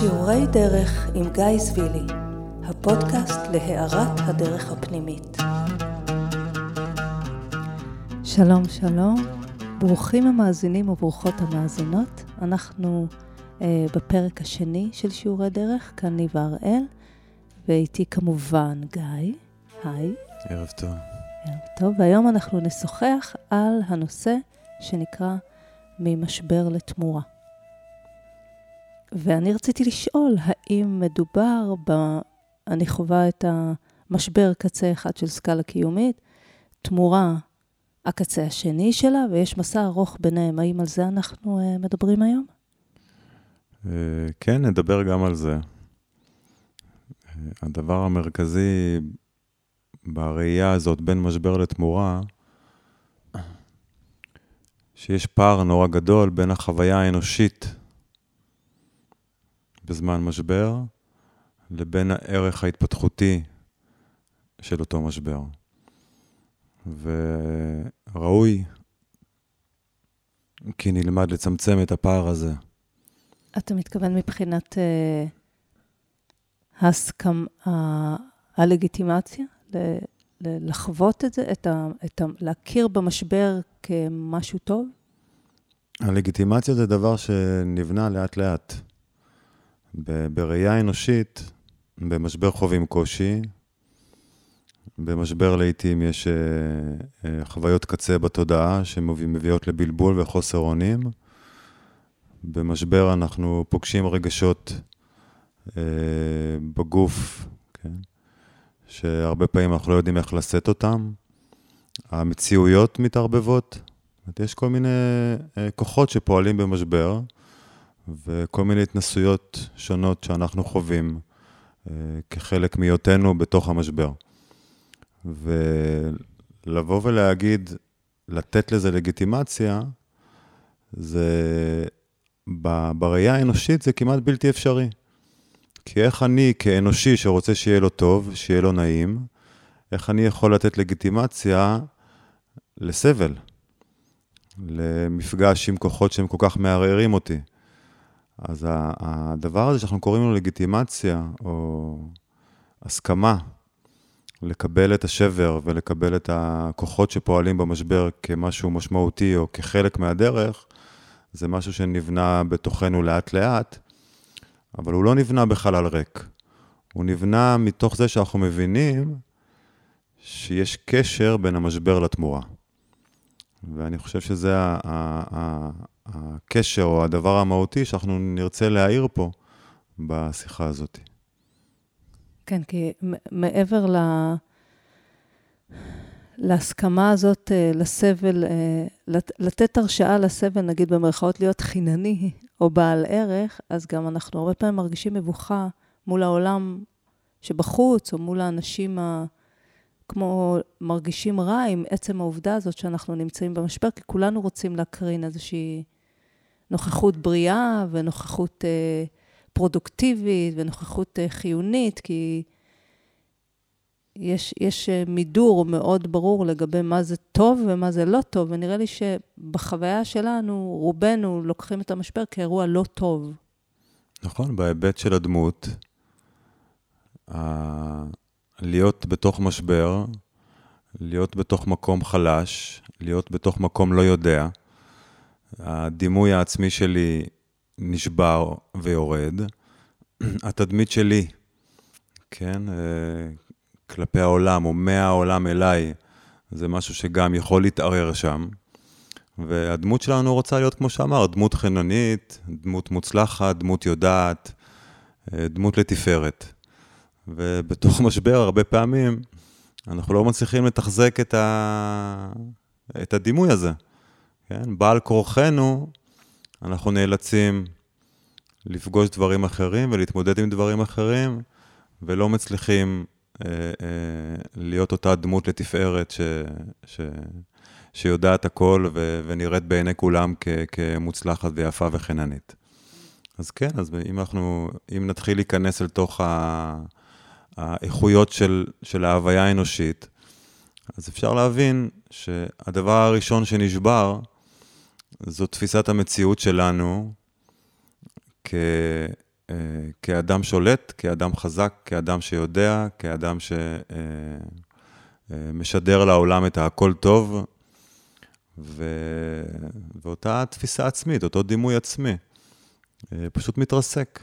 שיעורי דרך עם גיא זבילי, הפודקאסט להארת הדרך הפנימית. שלום שלום, ברוכים המאזינים וברוכות המאזינות. אנחנו בפרק השני של שיעורי דרך, כאן ניבה הראל, ואיתי כמובן גיא. היי. ערב טוב. ערב טוב, והיום אנחנו נשוחח על הנושא שנקרא ממשבר לתמורה. ואני רציתי לשאול, האם מדובר אני חווה את המשבר קצה אחד של סקאלה קיומית, תמורה הקצה השני שלה, ויש מסע ארוך ביניהם. האם על זה אנחנו מדברים היום? כן, נדבר גם על זה. הדבר המרכזי בראייה הזאת בין משבר לתמורה, שיש פער נורא גדול בין החוויה האנושית בזמן משבר, לבין הערך ההתפתחותי של אותו משבר. וראוי כי נלמד לצמצם את הפער הזה. אתה מתכוון מבחינת הלגיטימציה? לחוות את זה, להכיר במשבר כמשהו טוב? הלגיטימציה זה דבר שנבנה לאט לאט. בראייה אנושית, במשבר חווים קושי, במשבר לעתים יש חוויות קצה בתודעה שמביאות לבלבול וחוסר אונים. במשבר אנחנו פוגשים רגשות בגוף, כן? שהרבה פעמים אנחנו לא יודעים איך לשאת אותם. המציאויות מתערבבות. יש כל מיני כוחות שפועלים במשבר, וכל מיני התנסויות שונות שאנחנו חווים כחלק מהיותנו בתוך המשבר. ולבוא ולהגיד, לתת לזה לגיטימציה, זה בראייה האנושית זה כמעט בלתי אפשרי. כי איך אני כאנושי שרוצה שיהיה לו טוב, שיהיה לו נעים, איך אני יכול לתת לגיטימציה לסבל, למפגש עם כוחות שהם כל כך מערערים אותי. אז הדבר הזה שאנחנו קוראים לו לגיטימציה, או הסכמה, לקבל את השבר ולקבל את הכוחות שפועלים במשבר כמשהו משמעותי או כחלק מהדרך, זה משהו שנבנה בתוכנו לאט לאט, אבל הוא לא נבנה בחלל ריק. הוא נבנה מתוך זה שאנחנו מבינים שיש קשר בין המשבר לתמורה. ואני חושב שזה הקשר או הדבר המהותי שאנחנו נרצה להעיר פה בשיחה הזאת. כן, כי מעבר להסכמה הזאת, לסבל, לתת הרשאה לסבל, נגיד במרכאות להיות חינני או בעל ערך, אז גם אנחנו הרבה פעמים מרגישים מבוכה מול העולם שבחוץ, או מול האנשים כמו מרגישים רע עם עצם העובדה הזאת שאנחנו נמצאים במשבר, כי כולנו רוצים להקרין איזושהי נוכחות בריאה ונוכחות פרודוקטיבית ונוכחות חיונית, כי יש מידור מאוד ברור לגבי מה זה טוב ומה זה לא טוב, ונראה לי שבחוויה שלנו, רובנו לוקחים את המשבר כאירוע לא טוב. נכון, בהיבט של הדמות, להיות בתוך משבר, להיות בתוך מקום חלש, להיות בתוך מקום לא יודע, הדימוי העצמי שלי נשבר ויורד, התדמית שלי, כן, כלפי העולם או מהעולם אליי, זה משהו שגם יכול להתערער שם, והדמות שלנו רוצה להיות, כמו שאמר, דמות חיננית, דמות מוצלחת, דמות יודעת, דמות לתפארת. ובתוך משבר הרבה פעמים אנחנו לא מצליחים לתחזק את הדימוי הזה. כן? בעל כורחנו אנחנו נאלצים לפגוש דברים אחרים ולהתמודד עם דברים אחרים, ולא מצליחים להיות אותה דמות לתפארת שיודעת הכל ונראית בעיני כולם כמוצלחת ויפה וחיננית. אז כן, אז אם נתחיל להיכנס אל תוך האיכויות של ההוויה האנושית, אז אפשר להבין שהדבר הראשון שנשבר, זו תפיסת המציאות שלנו כאדם שולט, כאדם חזק, כאדם שיודע, כאדם שמשדר לעולם את הכל טוב, ואותה תפיסה עצמית, אותו דימוי עצמי, פשוט מתרסק.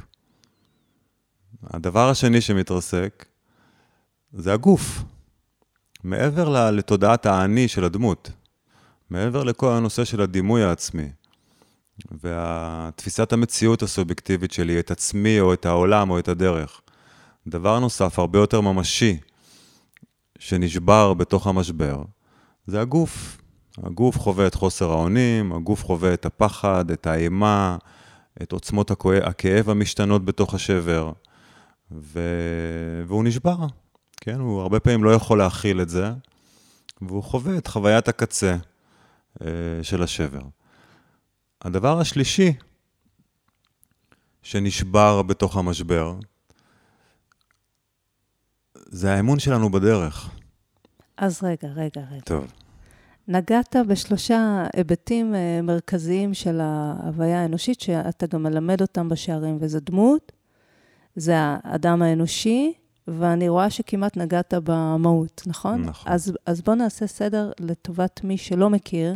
הדבר השני שמתרסק, זה הגוף. מעבר לתודעת האני של הדמות, מעבר לכל הנושא של הדימוי העצמי, והתפיסת המציאות הסובייקטיבית שלי, את עצמי או את העולם או את הדרך. דבר נוסף, הרבה יותר ממשי, שנשבר בתוך המשבר, זה הגוף. הגוף חווה את חוסר האונים, הגוף חווה את הפחד, את האימה, את עוצמות הכאב המשתנות בתוך השבר, והוא נשבר. כן? הוא הרבה פעמים לא יכול להכיל את זה, והוא חווה את חוויית הקצה של השבר. הדבר השלישי שנשבר בתוך המשבר, זה האמון שלנו בדרך. אז רגע. טוב. נגעת בשלושה היבטים מרכזיים של ההוויה האנושית, שאתה גם מלמד אותם בשערים, וזה דמות, זה האדם האנושי, ואני רואה שכמעט נגעת במהות, נכון? נכון. אז בוא נעשה סדר לטובת מי שלא מכיר,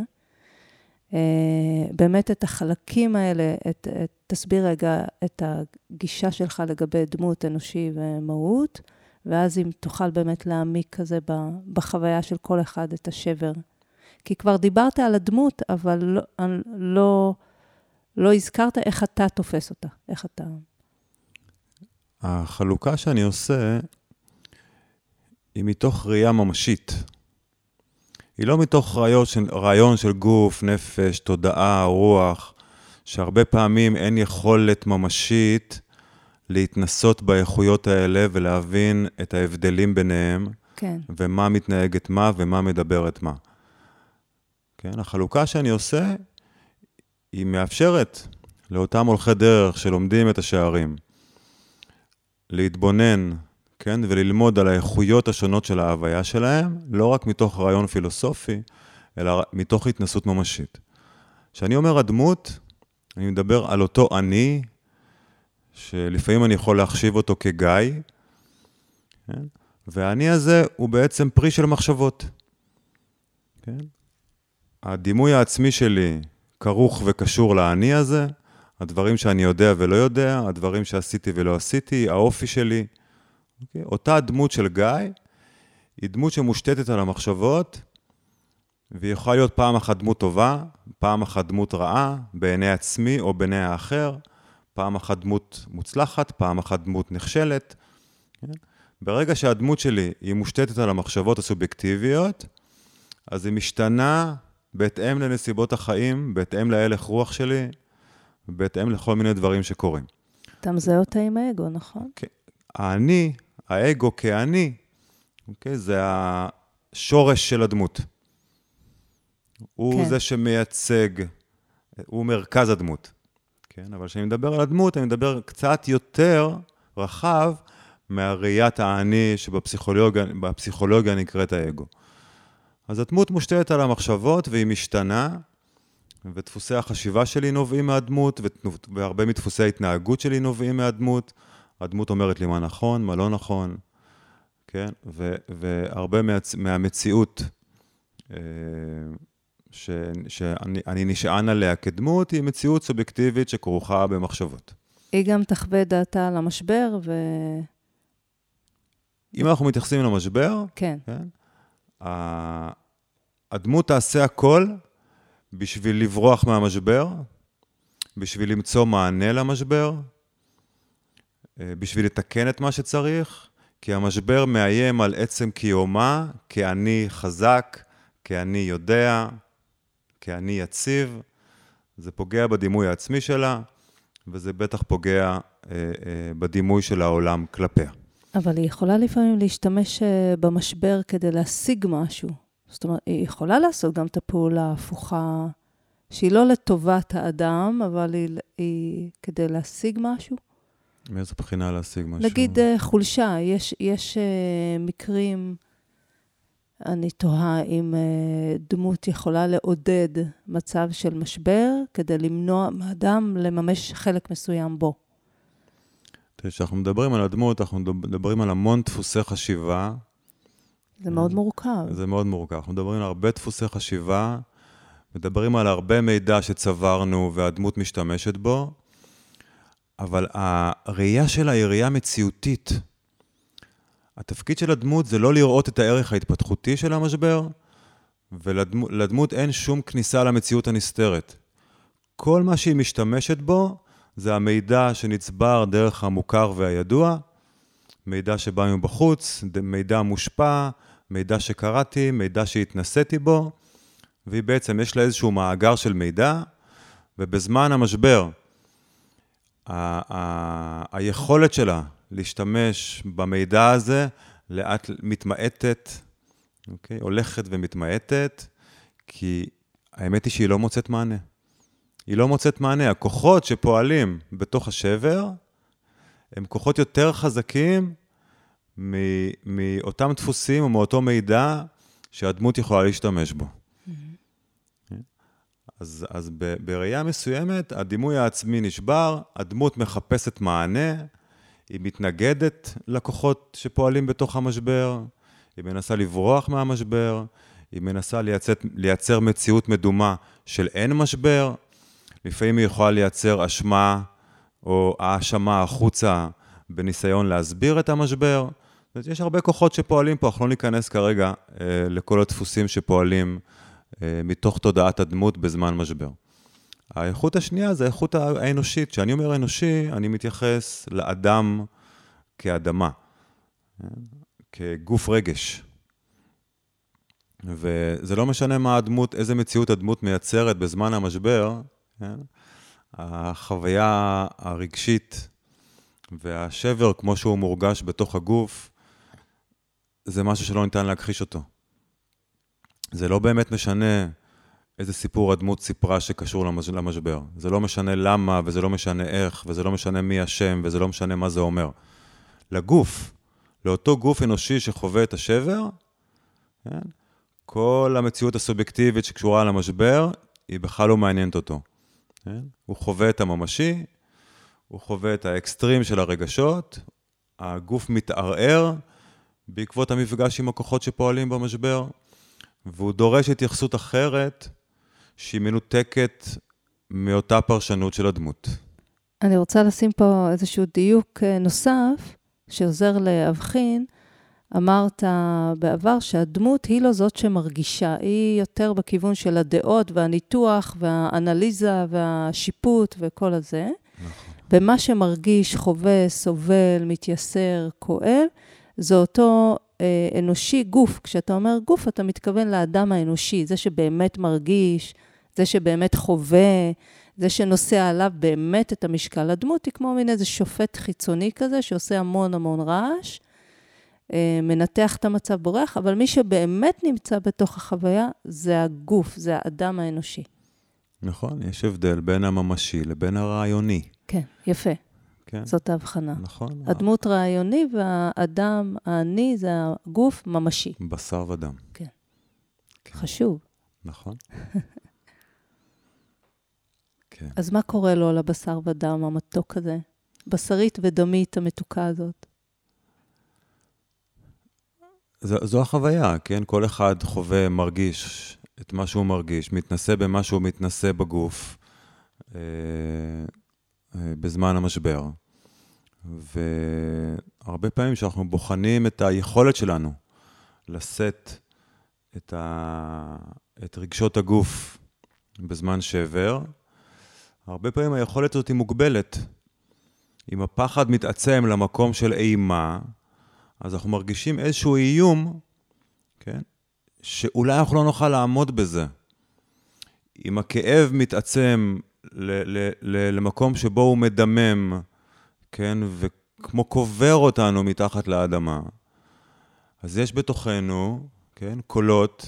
באמת את החלקים האלה, תסביר רגע את הגישה שלך לגבי דמות אנושי ומהות, ואז אם תוכל באמת להעמיק כזה בחוויה של כל אחד את השבר. כי כבר דיברת על הדמות, אבל לא הזכרת איך אתה תופס אותה, איך אתה... החלוקה שאני עושה היא מתוך ראייה ממשית. היא לא מתוך רעיון של גוף, נפש, תודעה, רוח, שהרבה פעמים אין יכולת ממשית להתנסות באיכויות האלה ולהבין את ההבדלים ביניהם, כן. ומה מתנהג את מה ומה מדבר את מה. כן? החלוקה שאני עושה היא מאפשרת לאותם הולכי דרך שלומדים את השערים, להתבונן, כן? וללמוד על האיכויות השונות של ההוויה שלהם, לא רק מתוך רעיון פילוסופי, אלא מתוך התנסות ממשית. כשאני אומר הדמות, אני מדבר על אותו אני, שלפעמים אני יכול להחשיב אותו כגיא, כן? והאני הזה הוא בעצם פרי של מחשבות. כן? הדימוי העצמי שלי כרוך וקשור לאני הזה, הדברים שאני יודע ולא יודע, הדברים שעשיתי ולא עשיתי, האופי שלי. Okay? אותה דמות של גיא, היא דמות שמושתתת על המחשבות, והיא יכולה להיות פעם אחת דמות טובה, פעם אחת דמות רעה, בעיני עצמי או בעיני האחר, פעם אחת דמות מוצלחת, פעם אחת דמות נכשלת. Okay? ברגע שהדמות שלי היא מושתתת על המחשבות הסובייקטיביות, אז היא משתנה בהתאם לנסיבות החיים, בהתאם להלך רוח שלי, בהתאם לכל מיני דברים שקורים. אתה מזהה אותה עם האגו, נכון? האני, האגו כאני, זה השורש של הדמות. הוא זה שמייצג, הוא מרכז הדמות. אבל כשאני מדבר על הדמות, אני מדבר קצת יותר רחב מהראיית האני שבפסיכולוגיה נקראת האגו. אז הדמות מושתתת על המחשבות והיא משתנה, ודפוסי החשיבה שלי נובעים מהדמות, והרבה מדפוסי ההתנהגות שלי נובעים מהדמות. הדמות אומרת לי מה נכון, מה לא נכון, כן? והרבה מהמציאות שאני נשען עליה כדמות, היא מציאות סובייקטיבית שכרוכה במחשבות. היא גם תחווה דעתה על המשבר אם אנחנו מתייחסים למשבר, כן. הדמות תעשה הכל בשביל לברוח מהמשבר, בשביל למצוא מענה למשבר, בשביל לתקן את מה שצריך, כי המשבר מאיים על עצם קיומה, כאני חזק, כאני יודע, כאני יציב. זה פוגע בדימוי העצמי שלה, וזה בטח פוגע בדימוי של העולם כלפיה. אבל היא יכולה לפעמים להשתמש במשבר כדי להשיג משהו. זאת אומרת, היא יכולה לעשות גם את הפעולה ההפוכה, שהיא לא לטובת האדם, אבל היא כדי להשיג משהו. מאיזו בחינה להשיג משהו? נגיד חולשה, יש מקרים, אני תוהה אם דמות יכולה לעודד מצב של משבר, כדי למנוע מאדם לממש חלק מסוים בו. כשאנחנו מדברים על הדמות, אנחנו מדברים על המון דפוסי חשיבה. זה מאוד מורכב. זה מאוד מורכב. אנחנו מדברים על הרבה דפוסי חשיבה, מדברים על הרבה מידע שצברנו והדמות משתמשת בו, אבל הראייה שלה היא ראייה מציאותית. התפקיד של הדמות זה לא לראות את הערך ההתפתחותי של המשבר, ולדמות אין שום כניסה למציאות הנסתרת. כל מה שהיא משתמשת בו, זה המידע שנצבר דרך המוכר והידוע, מידע שבא מבחוץ, מידע מושפע, מידע שקראתי, מידע שהתנסיתי בו, והיא בעצם יש לה איזשהו מאגר של מידע, ובזמן המשבר, היכולת שלה להשתמש במידע הזה, לאט מתמעטת, אוקיי? הולכת ומתמעטת, כי האמת היא שהיא לא מוצאת מענה. היא לא מוצאת מענה. הכוחות שפועלים בתוך השבר, הם כוחות יותר חזקים מאותם דפוסים או מאותו מידע שהדמות יכולה להשתמש בו. אז בראייה מסוימת, הדימוי העצמי נשבר, הדמות מחפשת מענה, היא מתנגדת לכוחות שפועלים בתוך המשבר, היא מנסה לברוח מהמשבר, היא מנסה לייצר מציאות מדומה של אין משבר, לפעמים היא יכולה לייצר אשמה או האשמה החוצה בניסיון להסביר את המשבר. יש הרבה כוחות שפועלים פה, אנחנו לא ניכנס כרגע לכל הדפוסים שפועלים מתוך תודעת הדמות בזמן משבר. האיכות השנייה זה האיכות האנושית. כשאני אומר אנושי, אני מתייחס לאדם כאדמה, כגוף רגש. וזה לא משנה מה הדמות, איזה מציאות הדמות מייצרת בזמן המשבר, החוויה הרגשית והשבר כמו שהוא מורגש בתוך הגוף, זה משהו שלא ניתן להכחיש אותו. זה לא באמת משנה איזה סיפור הדמות סיפרה שקשור למשבר. זה לא משנה למה, וזה לא משנה איך, וזה לא משנה מי השם, וזה לא משנה מה זה אומר. לגוף, לאותו גוף אנושי שחווה את השבר, כן? כל המציאות הסובייקטיבית שקשורה למשבר, היא בכלל לא מעניינת אותו. כן? הוא חווה את הממשי, הוא חווה את האקסטרים של הרגשות, הגוף מתערער בעקבות המפגש עם הכוחות שפועלים במשבר, והוא דורש התייחסות אחרת שהיא מנותקת מאותה פרשנות של הדמות. אני רוצה לשים פה איזשהו דיוק נוסף שעוזר להבחין. אמרת בעבר שהדמות היא לא זאת שמרגישה, היא יותר בכיוון של הדעות והניתוח והאנליזה והשיפוט וכל הזה. נכון. ומה שמרגיש, חווה, סובל, מתייסר, כואב, זה אותו אנושי גוף. כשאתה אומר גוף, אתה מתכוון לאדם האנושי, זה שבאמת מרגיש, זה שבאמת חווה, זה שנושא עליו באמת את המשקל. הדמות היא כמו מין איזה שופט חיצוני כזה, שעושה המון המון רעש, מנתח את המצב בורח, אבל מי שבאמת נמצא בתוך החוויה, זה הגוף, זה האדם האנושי. נכון, יש הבדל בין הממשי לבין הרעיוני. כן, יפה. כן. זאת ההבחנה. נכון. הדמות רעיוני והאדם העני זה הגוף ממשי. בשר ודם. כן. כן. חשוב. נכון. כן. אז מה קורה לו לבשר ודם המתוק הזה? בשרית ודמית המתוקה הזאת? זו החוויה, כן? כל אחד חווה, מרגיש את מה שהוא מרגיש, מתנסה במה שהוא מתנסה בגוף בזמן המשבר. והרבה פעמים שאנחנו בוחנים את היכולת שלנו לשאת את רגשות הגוף בזמן שבר, הרבה פעמים היכולת הזאת היא מוגבלת. אם הפחד מתעצם למקום של אימה, אז אנחנו מרגישים איזשהו איום, כן? שאולי אנחנו לא נוכל לעמוד בזה. אם הכאב מתעצם למקום שבו הוא מדמם, כן? וכמו קובר אותנו מתחת לאדמה, אז יש בתוכנו, כן? קולות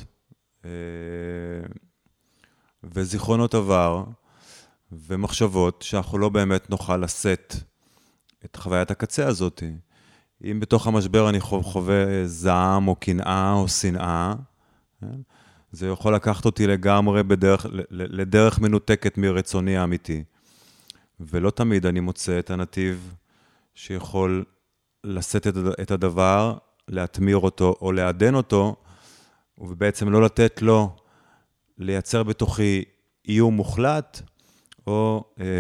וזיכרונות עבר ומחשבות שאנחנו לא באמת נוכל לשאת את חוויית הקצה הזאת. אם בתוך המשבר אני חווה זעם או קנאה או שנאה, זה יכול לקחת אותי לגמרי לדרך מנותקת מרצוני האמיתי. ולא תמיד אני מוצא את הנתיב שיכול לשאת את הדבר, להתמיר אותו או לעדן אותו, ובעצם לא לתת לו לייצר בתוכי איום מוחלט, או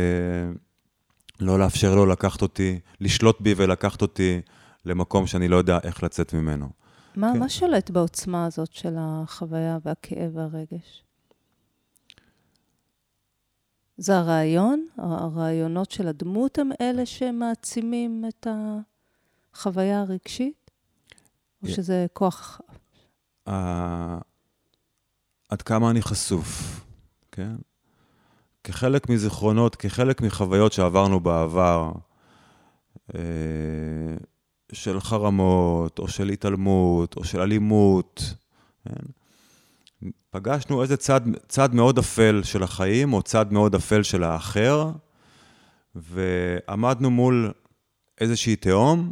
לא לאפשר לו לקחת אותי, לשלוט בי ולקחת אותי למקום שאני לא יודע איך לצאת ממנו. מה שולט בעוצמה הזאת של החוויה והכאב והרגש? זה הרעיון? הרעיונות של הדמות הם אלה שמעצימים את החוויה הרגשית? או שזה כוח? עד כמה אני חשוף, כן? כחלק מזיכרונות, כחלק מחוויות שעברנו בעבר, של חרמות, או של התעלמות, או של אלימות, כן? פגשנו איזה צד מאוד אפל של החיים, או צד מאוד אפל של האחר, ועמדנו מול איזושהי תהום,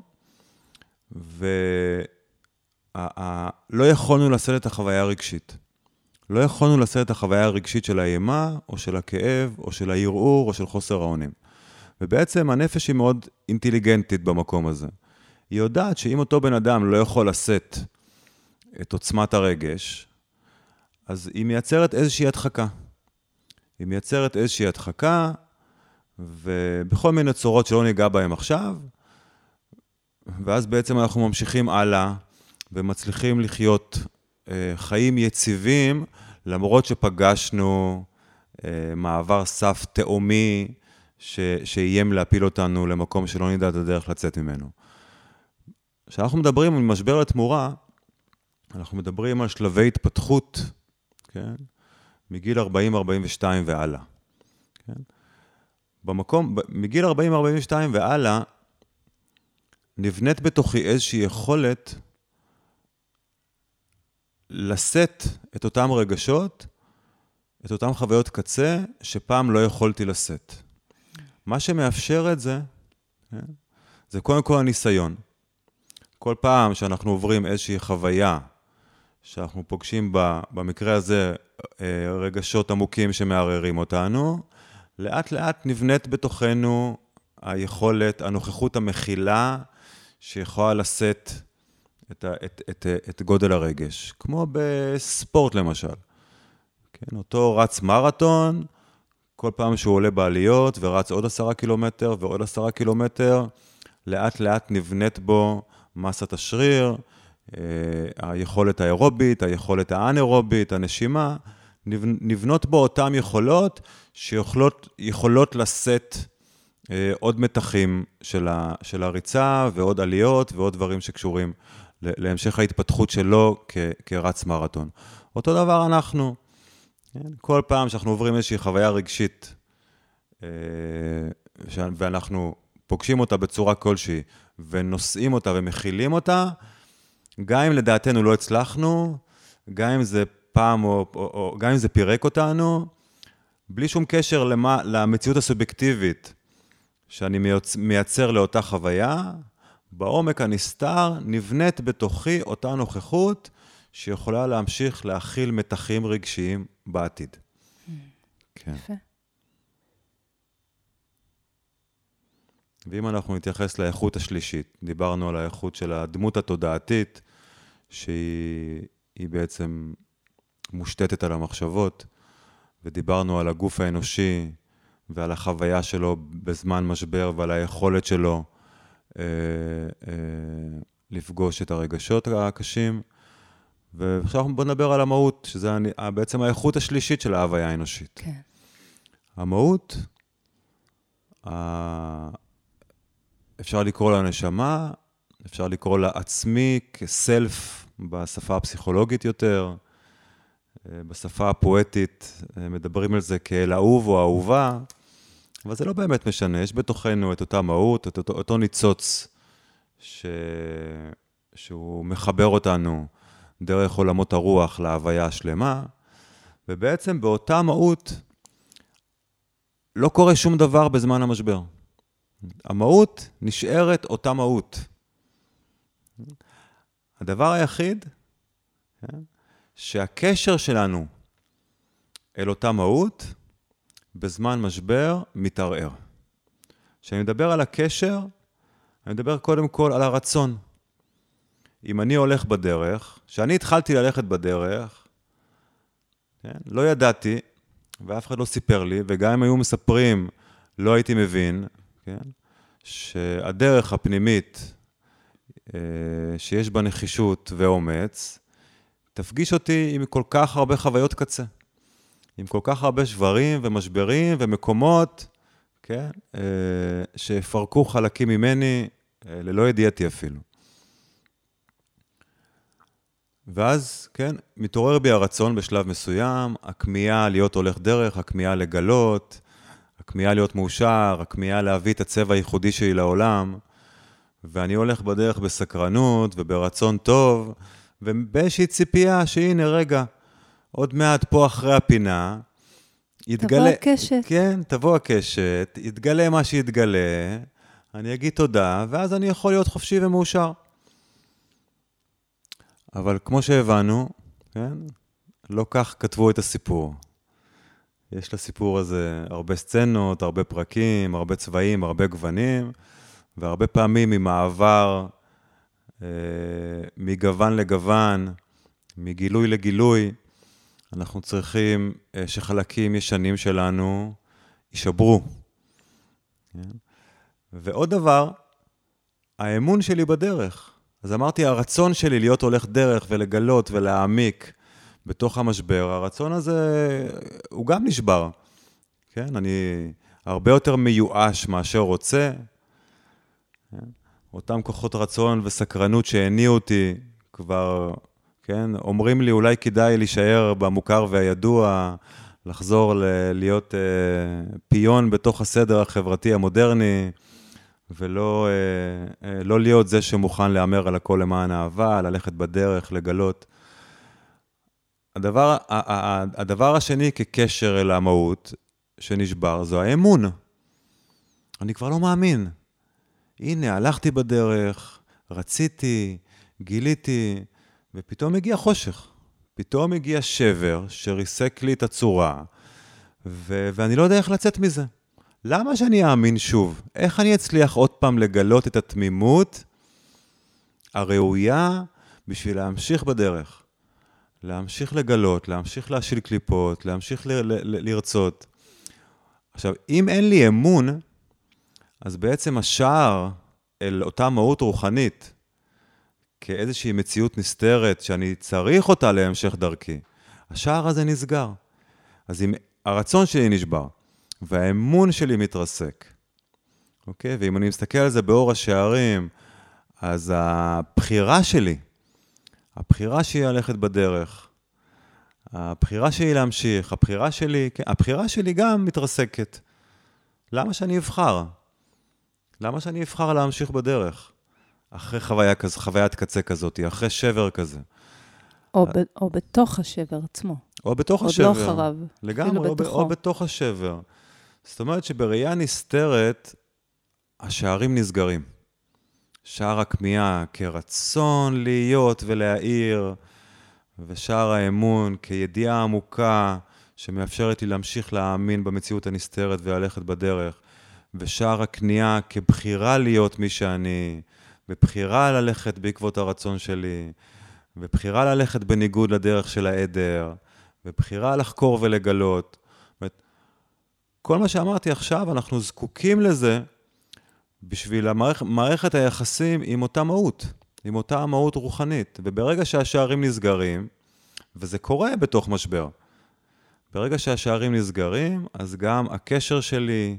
ולא יכולנו לשאת את החוויה הרגשית. לא יכולנו לשאת את החוויה הרגשית של האימה, או של הכאב, או של הערעור, או של חוסר האונים. ובעצם הנפש היא מאוד אינטליגנטית במקום הזה. היא יודעת שאם אותו בן אדם לא יכול לשאת את עוצמת הרגש, אז היא מייצרת איזושהי הדחקה. היא מייצרת איזושהי הדחקה, ובכל מיני צורות שלא ניגע בהם עכשיו, ואז בעצם אנחנו ממשיכים הלאה, ומצליחים לחיות חיים יציבים, למרות שפגשנו מעבר סף תאומי, שאיים להפיל אותנו למקום שלא נדע את הדרך לצאת ממנו. כשאנחנו מדברים על משבר לתמורה, אנחנו מדברים על שלבי התפתחות, כן? מגיל 40-42 והלאה. כן? מגיל 40-42 והלאה, נבנית בתוכי איזושהי יכולת לשאת את אותם רגשות, את אותם חוויות קצה, שפעם לא יכולתי לשאת. מה שמאפשר את זה, כן? זה קודם כל הניסיון. כל פעם שאנחנו עוברים איזושהי חוויה, שאנחנו פוגשים במקרה הזה רגשות עמוקים שמערערים אותנו, לאט לאט נבנית בתוכנו היכולת, הנוכחות המכילה, שיכולה לשאת את גודל הרגש. כמו בספורט למשל. כן, אותו רץ מרתון, כל פעם שהוא עולה בעליות ורץ עוד 10 קילומטר ועוד 10 קילומטר, לאט לאט נבנית בו מסת השריר, היכולת האירובית, היכולת האנאירובית, הנשימה, נבנות בו אותם יכולות שיכולות לשאת עוד מתחים של הריצה ועוד עליות ועוד דברים שקשורים להמשך ההתפתחות שלו כרץ מרתון. אותו דבר אנחנו, כל פעם שאנחנו עוברים איזושהי חוויה רגשית ואנחנו פוגשים אותה בצורה כלשהי ונושאים אותה ומכילים אותה, גם אם לדעתנו לא הצלחנו, גם אם זה פעם או גם אם זה פירק אותנו, בלי שום קשר למציאות הסובייקטיבית שאני מייצר לאותה חוויה, בעומק הנסתר נבנית בתוכי אותה נוכחות שיכולה להמשיך להכיל מתחים רגשיים בעתיד. כן. יפה. ואם אנחנו נתייחס לאיכות השלישית, דיברנו על האיכות של הדמות התודעתית, שהיא בעצם מושתתת על המחשבות, ודיברנו על הגוף האנושי ועל החוויה שלו בזמן משבר ועל היכולת שלו לפגוש את הרגשות הקשים. ועכשיו בוא נדבר על המהות, שזה בעצם האיכות השלישית של ההוויה האנושית. כן. המהות, אפשר לקרוא לה נשמה, אפשר לקרוא לה עצמי כסלף בשפה הפסיכולוגית יותר, בשפה הפואטית מדברים על זה כאל אהוב או אהובה, אבל זה לא באמת משנה, יש בתוכנו את אותה מהות, את אותו ניצוץ שהוא מחבר אותנו דרך עולמות הרוח להוויה השלמה, ובעצם באותה מהות לא קורה שום דבר בזמן המשבר. המהות נשארת אותה מהות. הדבר היחיד, שהקשר שלנו אל אותה מהות, בזמן משבר מתערער. כשאני מדבר על הקשר, אני מדבר קודם כל על הרצון. אם אני הולך בדרך, כשאני התחלתי ללכת בדרך, כן, לא ידעתי, ואף אחד לא סיפר לי, וגם אם היו מספרים, לא הייתי מבין, כן, שהדרך הפנימית, שיש בה נחישות ואומץ, תפגיש אותי עם כל כך הרבה חוויות קצה, עם כל כך הרבה שברים ומשברים ומקומות, כן, שפרקו חלקים ממני, ללא ידיעתי אפילו. ואז, כן, מתעורר בי הרצון בשלב מסוים, הכמיהה להיות הולך דרך, הכמיהה לגלות, הכמיהה להיות מאושר, הכמיהה להביא את הצבע הייחודי שלי לעולם, ואני הולך בדרך בסקרנות וברצון טוב, ובאיזושהי ציפייה שהנה רגע, עוד מעט פה אחרי הפינה, תבוא הקשת. כן, תבוא הקשת, יתגלה מה שיתגלה, אני אגיד תודה, ואז אני יכול להיות חופשי ומאושר. אבל כמו שהבנו, כן, לא כך כתבו את הסיפור. יש לסיפור הזה הרבה סצנות, הרבה פרקים, הרבה צבעים, הרבה גוונים, והרבה פעמים ממעבר מגוון לגוון, מגילוי לגילוי, אנחנו צריכים שחלקים ישנים שלנו יישברו. כן? ועוד דבר, האמון שלי בדרך. אז אמרתי, הרצון שלי להיות הולך דרך ולגלות ולהעמיק בתוך המשבר, הרצון הזה הוא גם נשבר. כן? אני הרבה יותר מיואש מאשר רוצה. כן? אותם כוחות רצון וסקרנות שהניעו אותי כבר, כן? אומרים לי אולי כדאי להישאר במוכר והידוע, לחזור להיות פיון בתוך הסדר החברתי המודרני, ולא לא להיות זה שמוכן לאמר על הכל למען אהבה, ללכת בדרך, לגלות. הדבר השני כקשר אל המהות שנשבר, זו האמון. אני כבר לא מאמין. הנה, הלכתי בדרך, רציתי, גיליתי, ופתאום הגיע חושך. פתאום הגיע שבר שריסק לי את הצורה, ואני לא יודע איך לצאת מזה. למה שאני אאמין שוב? איך אני אצליח עוד פעם לגלות את התמימות הראויה בשביל להמשיך בדרך? להמשיך לגלות, להמשיך להשיל קליפות, להמשיך לרצות. עכשיו, אם אין לי אמון, אז בעצם השער אל אותה מהות רוחנית, כאיזושהי מציאות נסתרת שאני צריך אותה להמשך דרכי, השער הזה נסגר. אז אם הרצון שלי נשבר, והאמון שלי מתרסק, אוקיי? ואם אני מסתכל על זה באור השערים, אז הבחירה שלי ללכת בדרך, הבחירה שלי להמשיך, הבחירה שלי גם מתרסקת. למה שאני אבחר? למה שאני אבחר להמשיך בדרך? אחרי חוויית קצה כזאת, אחרי שבר כזה. או בתוך השבר עצמו. או בתוך השבר. עוד לא אחריו. לגמרי, או בתוך השבר. זאת אומרת שבראייה נסתרת, השערים נסגרים. שער הכמיהה כרצון להיות ולהאיר, ושער האמון כידיעה עמוקה שמאפשרת לי להמשיך להאמין במציאות הנסתרת וללכת בדרך, ושער הכניעה כבחירה להיות מי שאני, בבחירה ללכת בעקבות הרצון שלי, בבחירה ללכת בניגוד לדרך של העדר, בבחירה לחקור ולגלות. כל מה שאמרתי עכשיו, אנחנו זקוקים לזה בשביל מערכת היחסים עם אותה מהות, עם אותה מהות רוחנית. וברגע שהשערים נסגרים, וזה קורה בתוך משבר, ברגע שהשערים נסגרים, אז גם הקשר שלי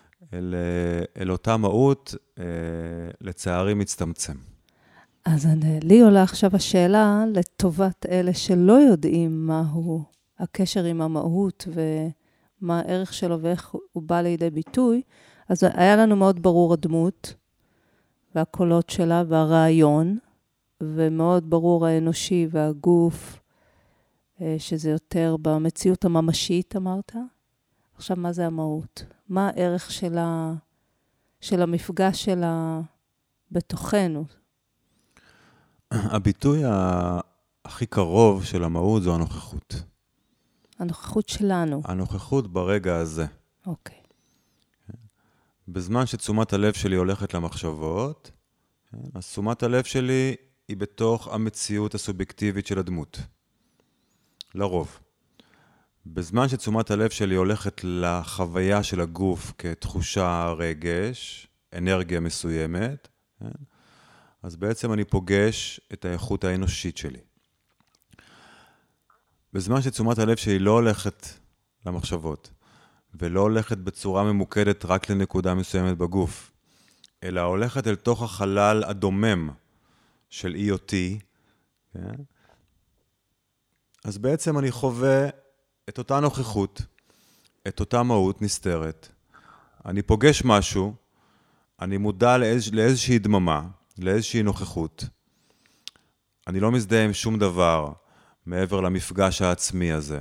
אל אותה מהות, לצערי מצטמצם. אז לי עולה עכשיו השאלה לטובת אלה שלא יודעים מהו הקשר עם המהות ומה הערך שלו ואיך הוא בא לידי ביטוי. אז היה לנו מאוד ברור הדמות והקולות שלה והרעיון, ומאוד ברור האנושי והגוף, שזה יותר במציאות הממשית, אמרת. עכשיו, מה זה המהות? מה הערך של המפגש שלה בתוכנו? הביטוי הכי קרוב של המהות זו הנוכחות. הנוכחות שלנו. הנוכחות ברגע הזה. אוקיי. בזמן שתשומת הלב שלי הולכת למחשבות, אז תשומת הלב שלי היא בתוך המציאות הסובייקטיבית של הדמות. לרוב. בזמן שתשומת הלב שלי הולכת לחוויה של הגוף כתחושה, רגש, אנרגיה מסוימת, אז בעצם אני פוגש את האיכות האנושית שלי. בזמן שתשומת הלב שלי לא הולכת למחשבות, ולא הולכת בצורה ממוקדת רק לנקודה מסוימת בגוף, אלא הולכת אל תוך החלל הדומם של אי-אותי, אז בעצם אני חווה את אותה נוכחות, את אותה מהות נסתרת. אני פוגש משהו, אני מודע לאיזושהי דממה, לאיזושהי נוכחות. אני לא מזדהה עם שום דבר מעבר למפגש העצמי הזה.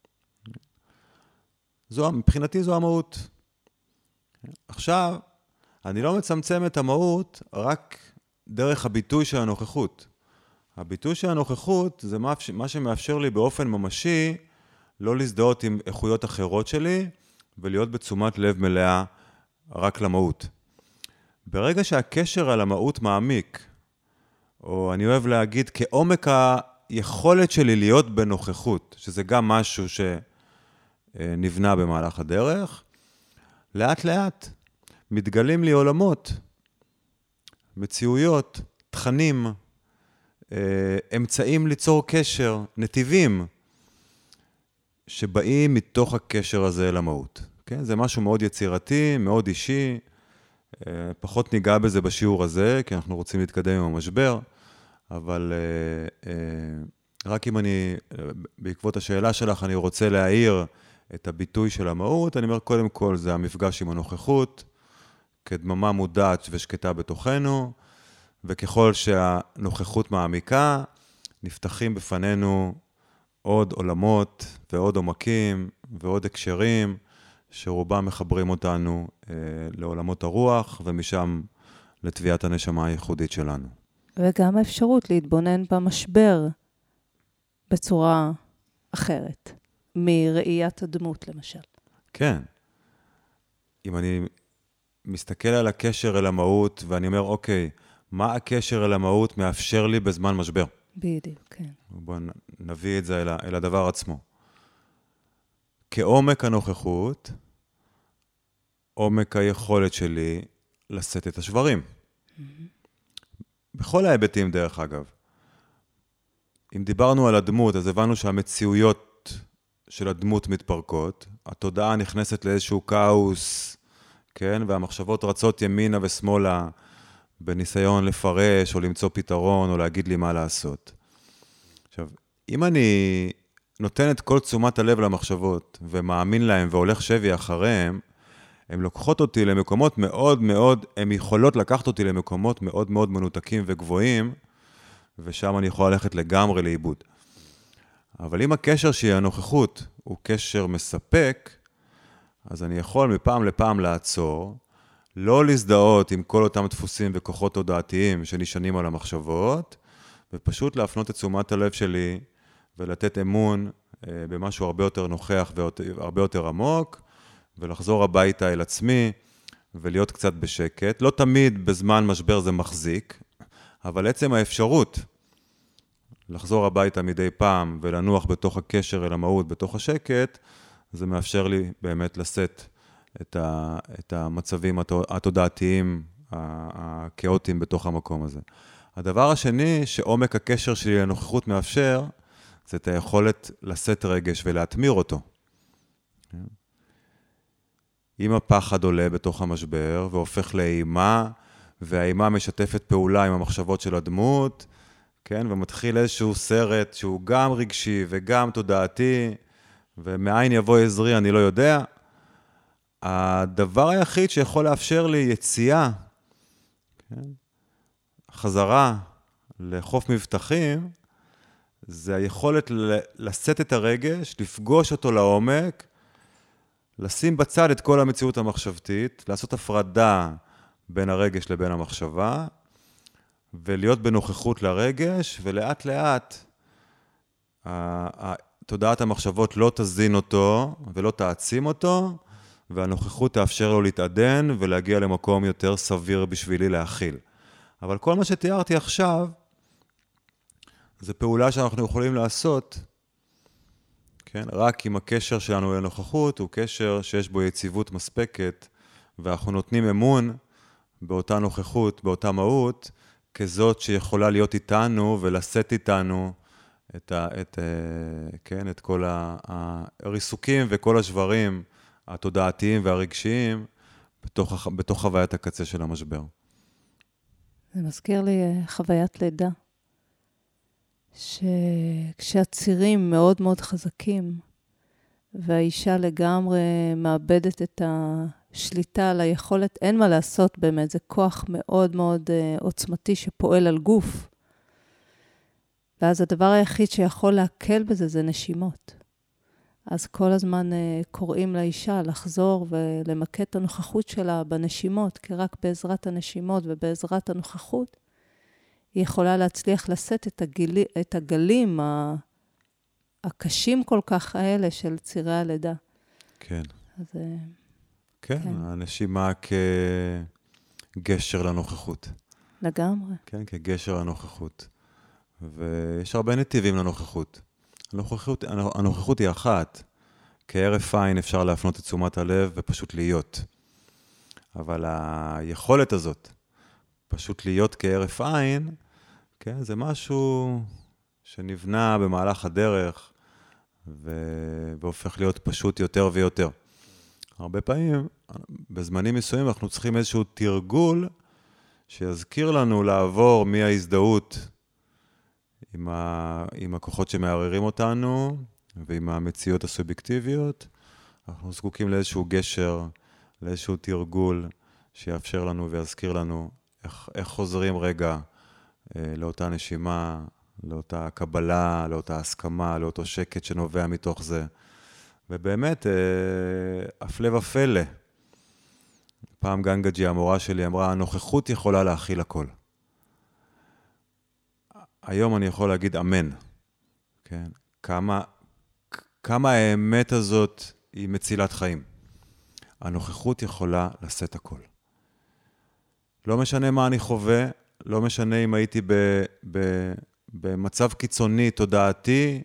מבחינתי זו המהות. עכשיו, אני לא מצמצם את המהות רק דרך הביטוי של הנוכחות. הביטוי של הנוכחות זה מה שמאפשר לי באופן ממשי לא להזדהות עם איכויות אחרות שלי ולהיות בתשומת לב מלאה רק למהות. ברגע שהקשר על המהות מעמיק, או אני אוהב להגיד כעומק היכולת שלי להיות בנוכחות, שזה גם משהו שנבנה במהלך הדרך, לאט לאט מתגלים לי עולמות, מציאויות, תכנים, אמצעים ליצור קשר, נתיבים, שבאים מתוך הקשר הזה למהות. כן? זה משהו מאוד יצירתי, מאוד אישי, פחות ניגע בזה בשיעור הזה, כי אנחנו רוצים להתקדם עם המשבר, אבל רק אם בעקבות השאלה שלך, אני רוצה להעיר את הביטוי של המהות, אני אומר, קודם כל, זה המפגש עם הנוכחות, כדממה מודעת ושקטה בתוכנו, וככל שהנוכחות מעמיקה, נפתחים בפנינו עוד עולמות ועוד עומקים ועוד הקשרים, שרובם מחברים אותנו לעולמות הרוח, ומשם לטביעת הנשמה הייחודית שלנו. וגם האפשרות להתבונן במשבר בצורה אחרת, מראיית הדמות למשל. כן. אם אני מסתכל על הקשר אל המהות, ואני אומר, אוקיי, מה הקשר אל המהות מאפשר לי בזמן משבר? בדיוק, כן. בואו נביא את זה אל הדבר עצמו. כעומק הנוכחות, עומק היכולת שלי לשאת את השברים. בכל ההיבטים דרך אגב. אם דיברנו על הדמות, אז הבנו שהמציאויות של הדמות מתפרקות, התודעה נכנסת לאיזשהו כאוס, כן? והמחשבות רצות ימינה ושמאלה, בניסיון לפרש או למצוא פתרון או להגיד לי מה לעשות. עכשיו, אם אני נותן את כל תשומת הלב למחשבות ומאמין להם והולך שבי אחריהם, הם לוקחות אותי למקומות מאוד מאוד, הם יכולות לקחת אותי למקומות מאוד מאוד מנותקים וגבוהים, ושם אני יכול ללכת לגמרי לאיבוד. אבל אם הקשר שהיא הנוכחות הוא קשר מספק, אז אני יכול מפעם לפעם לעצור, לא להזדהות עם כל אותם דפוסים וכוחות תודעתיים שנשענים על המחשבות, ופשוט להפנות את תשומת הלב שלי ולתת אמון במשהו הרבה יותר נוכח והרבה יותר עמוק, ולחזור הביתה אל עצמי ולהיות קצת בשקט. לא תמיד בזמן משבר זה מחזיק, אבל עצם האפשרות לחזור הביתה מדי פעם ולנוח בתוך הקשר אל המהות, בתוך השקט, זה מאפשר לי באמת לשאת את המצבים התודעתיים, הכאוטיים בתוך המקום הזה. הדבר השני שעומק הקשר שלי לנוכחות מאפשר, זה את היכולת לשאת רגש ולהתמיר אותו. אם הפחד עולה בתוך המשבר והופך לאימה, והאימה משתפת פעולה עם המחשבות של הדמות, כן? ומתחיל איזשהו סרט שהוא גם רגשי וגם תודעתי, ומאין יבוא עזרי אני לא יודע. הדבר היחיד שיכול לאפשר לי יציאה, כן? חזרה לחוף מבטחים, זה היכולת לשאת את הרגש, לפגוש אותו לעומק, לשים בצד את כל המציאות המחשבתית, לעשות הפרדה בין הרגש לבין המחשבה, ולהיות בנוכחות לרגש, ולאט לאט תודעת המחשבות לא תזין אותו ולא תעצים אותו, והנוכחות תאפשר לו להתעדן ולהגיע למקום יותר סביר בשבילי להכיל. אבל כל מה שתיארתי עכשיו, זה פעולה שאנחנו יכולים לעשות, כן? רק אם הקשר שלנו לנוכחות הוא קשר שיש בו יציבות מספקת, ואנחנו נותנים אמון באותה נוכחות, באותה מהות, כזאת שיכולה להיות איתנו ולשאת איתנו את כל הריסוקים וכל השברים התודעתיים והרגשיים בתוך חוויית הקצה של המשבר. זה מזכיר לי חוויית לידה, שכשהצירים מאוד מאוד חזקים, והאישה לגמרי מאבדת את השליטה על היכולת, אין מה לעשות באמת, זה כוח מאוד מאוד עוצמתי שפועל על גוף. ואז הדבר היחיד שיכול להקל בזה זה נשימות. אז כל הזמן קוראים לאישה לחזור ולמקד את הנוכחות שלה בנשימות, כי רק בעזרת הנשימות ובעזרת הנוכחות, היא יכולה להצליח לשאת את הגלים הקשים כל כך האלה של צירי הלידה. כן. אז, כן, הנשימה כגשר לנוכחות. לגמרי. כן, כגשר לנוכחות. ויש הרבה נתיבים לנוכחות. הנוכחות היא אחת. כהרף עין אפשר להפנות את תשומת הלב ופשוט להיות. אבל היכולת הזאת, פשוט להיות כהרף עין, כן, זה משהו שנבנה במהלך הדרך, והופך להיות פשוט יותר ויותר. הרבה פעמים, בזמנים מסוימים, אנחנו צריכים איזשהו תרגול, שיזכיר לנו לעבור מההזדהות עם הכוחות שמערערים אותנו, ועם המציאות הסובייקטיביות. אנחנו זקוקים לאיזשהו גשר, לאיזשהו תרגול, שיאפשר לנו ויזכיר לנו איך חוזרים רגע לאותה נשימה, לאותה קבלה, לאותה הסכמה, לאותו שקט שנובע מתוך זה. ובאמת, הפלא ופלא. פעם גנגג'י, המורה שלי, אמרה, הנוכחות יכולה להכיל הכל. היום אני יכול להגיד אמן. כן? כמה האמת הזאת היא מצילת חיים. הנוכחות יכולה לשאת הכל. לא משנה מה אני חווה, לא משנה אם הייתי במצב קיצוני, תודעתי,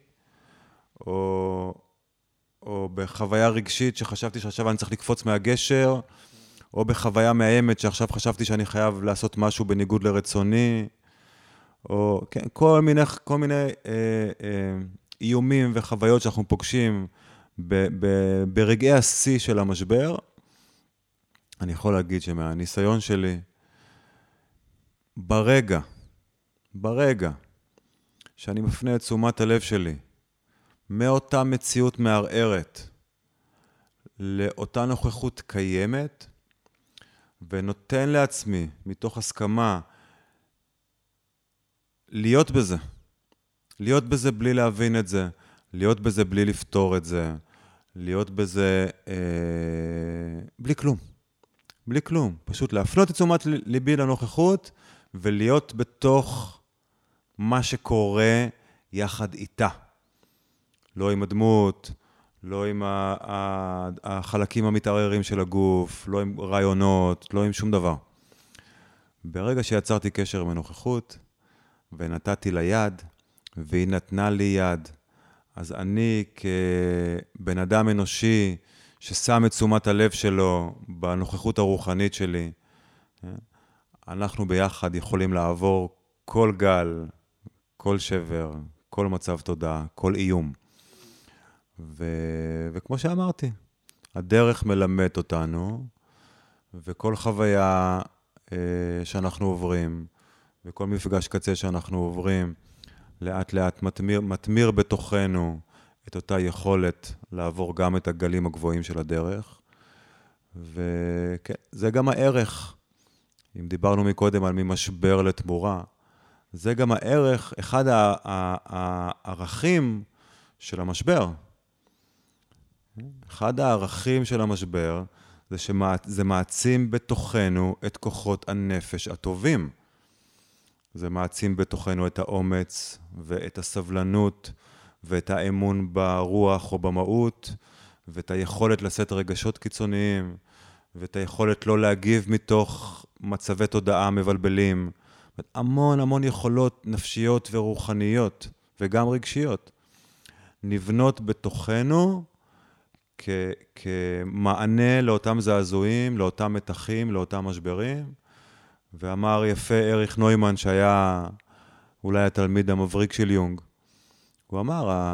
או בחוויה רגשית שחשבתי שעכשיו אני צריך לקפוץ מהגשר, או בחוויה מאיימת שעכשיו חשבתי שאני חייב לעשות משהו בניגוד לרצוני, או כן, כל מיני איומים וחוויות שאנחנו פוגשים ברגעי השיא של המשבר. אני יכול להגיד שמהניסיון שלי, ברגע שאני מפנה את תשומת הלב שלי מאותה מציאות מערערת לאותה נוכחות קיימת, ונותן לעצמי מתוך הסכמה להיות בזה בלי להבין את זה, להיות בזה בלי לפתור את זה, להיות בזה בלי כלום, פשוט להפנות את תשומת ליבי לנוכחות, ולהיות בתוך מה שקורה יחד איתה. לא עם הדמות, לא עם החלקים המתערערים של הגוף, לא עם רעיונות, לא עם שום דבר. ברגע שיצרתי קשר עם הנוכחות, ונתתי לה יד, והיא נתנה לי יד, אז אני כבן אדם אנושי, ששם את תשומת הלב שלו בנוכחות הרוחנית שלי, אנחנו ביחד יכולים לעבור כל גל, כל שבר, כל מצב תודעה, כל איום. וכמו שאמרתי, הדרך מלמד אותנו, וכל חוויה שאנחנו עוברים, וכל מפגש קצה שאנחנו עוברים, לאט לאט מתמיר בתוכנו את אותה יכולת לעבור גם את הגלים הגבוהים של הדרך. וכן, זה גם הערך. אם דיברנו מקודם על ממשבר לתמורה, זה גם הערך, אחד הערכים של המשבר. אחד הערכים של המשבר זה שזה מעצים בתוכנו את כוחות הנפש הטובים. זה מעצים בתוכנו את האומץ ואת הסבלנות ואת האמון ברוח או במהות, ואת היכולת לשאת רגשות קיצוניים, ואת היכולת לא להגיב מתוך מצבי תודעה מבלבלים, המון המון יכולות נפשיות ורוחניות, וגם רגשיות, נבנות בתוכנו כמענה לאותם זעזועים, לאותם מתחים, לאותם משברים. ואמר יפה אריך נוימן, שהיה אולי התלמיד המבריק של יונג, הוא אמר,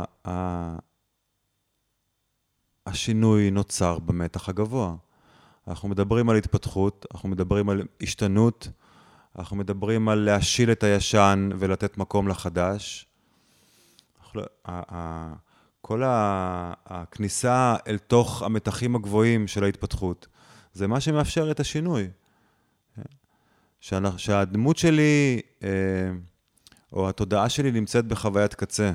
השינוי נוצר במתח הגבוה. אנחנו מדברים על התפתחות, אנחנו מדברים על השתנות, אנחנו מדברים על להשיל את הישן ולתת מקום לחדש. כל הכניסה אל תוך המתחים הגבוהים של ההתפתחות, זה מה שמאפשר את השינוי. שהדמות שלי, או התודעה שלי נמצאת בחוויית קצה.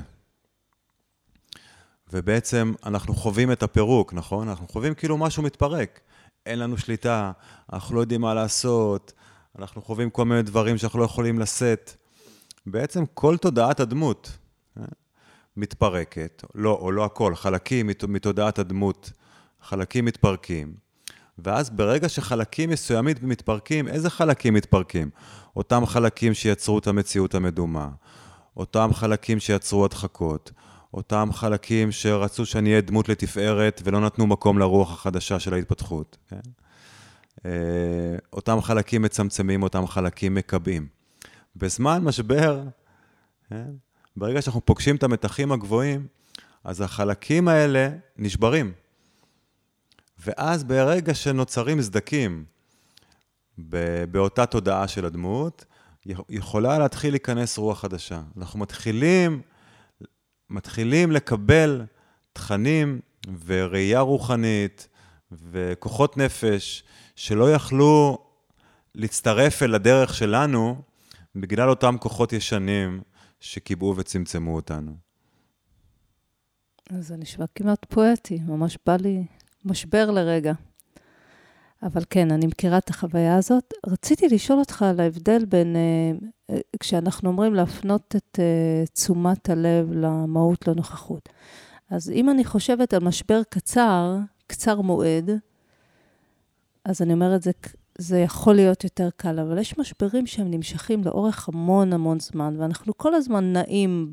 ובעצם אנחנו חווים את הפירוק, נכון? אנחנו חווים כאילו משהו מתפרק. אין לנו שליטה, אנחנו לא יודעים מה לעשות, אנחנו חווים כל מיני דברים שאנחנו לא יכולים לשאת. בעצם כל תודעת הדמות מתפרקת, או לא הכל, חלקים מתודעת הדמות, חלקים מתפרקים. ואז ברגע שחלקים מסוימים מתפרקים, איזה חלקים מתפרקים? אותם חלקים שיצרו את המציאות המדומה, אותם חלקים שיצרו הדחקות, אותם חלקים שרצו שאני אהיה דמות לתפארת ולא נתנו מקום לרוח החדשה של ההתפתחות. כן? אותם חלקים מצמצמים, אותם חלקים מקבעים. בזמן משבר, כן? ברגע שאנחנו פוגשים את המתחים הגבוהים, אז החלקים האלה נשברים. ואז ברגע שנוצרים סדקים באותה תודעה של הדמות, יכולה להתחיל להיכנס רוח חדשה. אנחנו מתחילים לקבל תכנים וראייה רוחנית וכוחות נפש שלא יכלו להצטרף אל הדרך שלנו בגלל אותם כוחות ישנים שקיבעו וצמצמו אותנו. אז זה נשמע כמעט פואטי, ממש בא לי משבר לרגע. אבל כן, אני מכירה את החוויה הזאת. רציתי לשאול אותך על ההבדל בין, כשאנחנו אומרים להפנות את תשומת הלב למהות, לנוכחות. אז אם אני חושבת על משבר קצר מועד, אז אני אומרת, זה יכול להיות יותר קל, אבל יש משברים שהם נמשכים לאורך המון זמן, ואנחנו כל הזמן נעים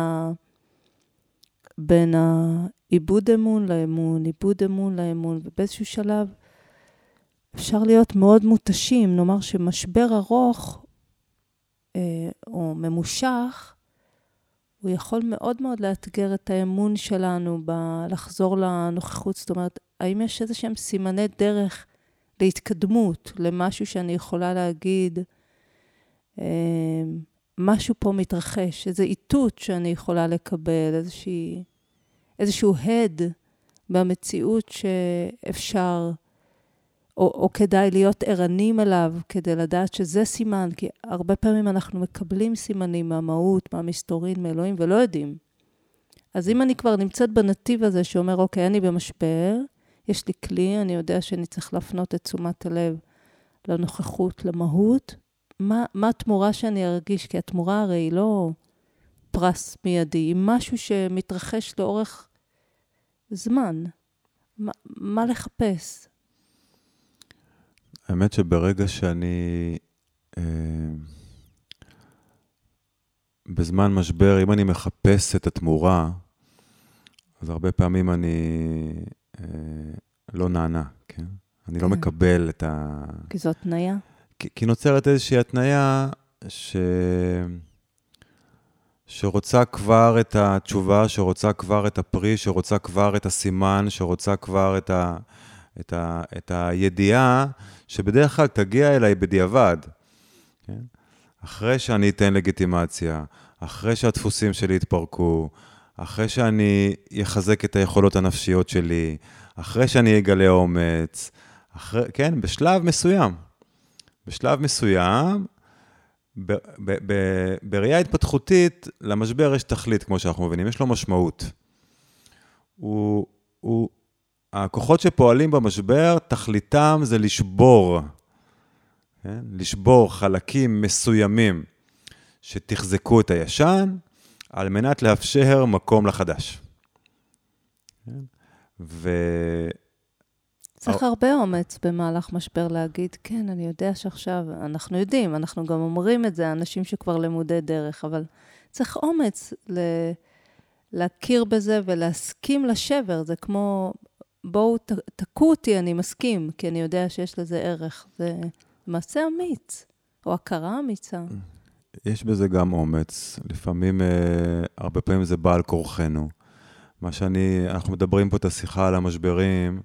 בין העיבוד אמון לאמון, עיבוד אמון לאמון, ובאיזשהו שלב אפשר להיות מאוד מותשים, נאמר שמשבר ארוך או ממושך, הוא יכול מאוד לאתגר את האמון שלנו לחזור לנוכחות, זאת אומרת, האם יש איזה שהם סימני דרך להתקדמות, למשהו שאני יכולה להגיד, משהו פה מתרחש, איזה איתות שאני יכולה לקבל, איזשהו הד במציאות שאפשר, או כדאי להיות ערנים אליו, כדי לדעת שזה סימן, כי הרבה פעמים אנחנו מקבלים סימנים מהמהות, מהמסתורין, מאלוהים, ולא יודעים. אז אם אני כבר נמצאת בנתיב הזה שאומר, אוקיי, אני במשבר, יש לי כלי, אני יודע שאני צריך להפנות את תשומת הלב לנוכחות, למהות, מה התמורה שאני ארגיש? כי התמורה הרי היא לא פרס מיידי, היא משהו שמתרחש לאורך זמן. מה לחפש? האמת שברגע שאני בזמן משבר, אם אני מחפש את התמורה, אז הרבה פעמים אני לא נענה, כן? אני לא מקבל את כי זו התניה? כי נוצרת איזושהי התניה שרוצה כבר את התשובה, שרוצה כבר את הפרי, שרוצה כבר את הסימן, שרוצה כבר את הידיעה, שבדרך כלל תגיע אליי בדיעבד. כן? אחרי שאני אתן לגיטימציה, אחרי שהדפוסים שלי יתפרקו, אחרי שאני אחזק את היכולות הנפשיות שלי, אחרי שאני אגלה אומץ, כן, בשלב מסוים. בשלב מסוים, בראייה התפתחותית, למשבר יש תכלית, כמו שאנחנו מבינים, יש לו משמעות. הכוחות שפועלים במשבר, תכליתם זה לשבור, כן? לשבור חלקים מסוימים שתחזקו את הישן, על מנת לאפשר מקום לחדש. כן? צריך הרבה אומץ במהלך משבר להגיד, כן, אני יודע שעכשיו, אנחנו יודעים, אנחנו גם אומרים את זה, אנשים שכבר למודי דרך, אבל צריך אומץ להכיר בזה ולהסכים לשבר. זה כמו, בואו תקעו אותי, אני מסכים, כי אני יודע שיש לזה ערך. זה מעשה אמיץ, או הכרה אמיצה. יש בזה גם אומץ. לפעמים, הרבה פעמים זה בא על כורחנו. אנחנו מדברים פה את השיחה על המשברים,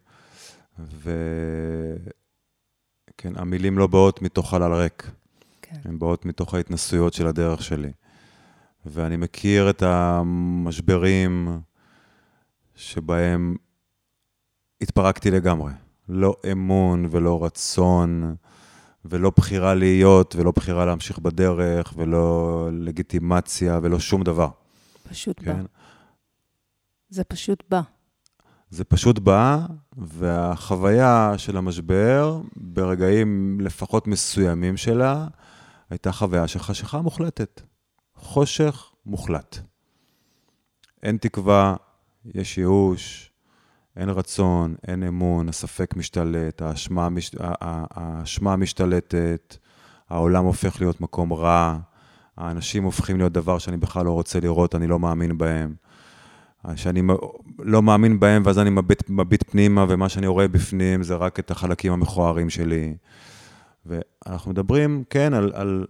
כן, המילים לא באות מתוך חלל ריק. כן. הן באות מתוך ההתנסויות של הדרך שלי. ואני מכיר את המשברים שבהם התפרקתי לגמרי. לא אמון ולא רצון, ולא בחירה להיות, ולא בחירה להמשיך בדרך, ולא לגיטימציה, ולא שום דבר. פשוט כן? בא. זה פשוט בא. זה פשוט בא, והחוויה של המשבר, ברגעים לפחות מסוימים שלה, הייתה חוויה של חשיכה מוחלטת. חושך מוחלט. אין תקווה, יש ייאוש, אין רצון, אין אמון, הספק משתלט, האשמה משתלטת, העולם הופך להיות מקום רע, האנשים הופכים להיות דבר שאני בכלל לא רוצה לראות, אני לא מאמין בהם. שאני לא מאמין בהם, ואז אני מביט פנימה, ומה שאני רואה בפנים זה רק את החלקים המכוערים שלי. ואנחנו מדברים, כן, על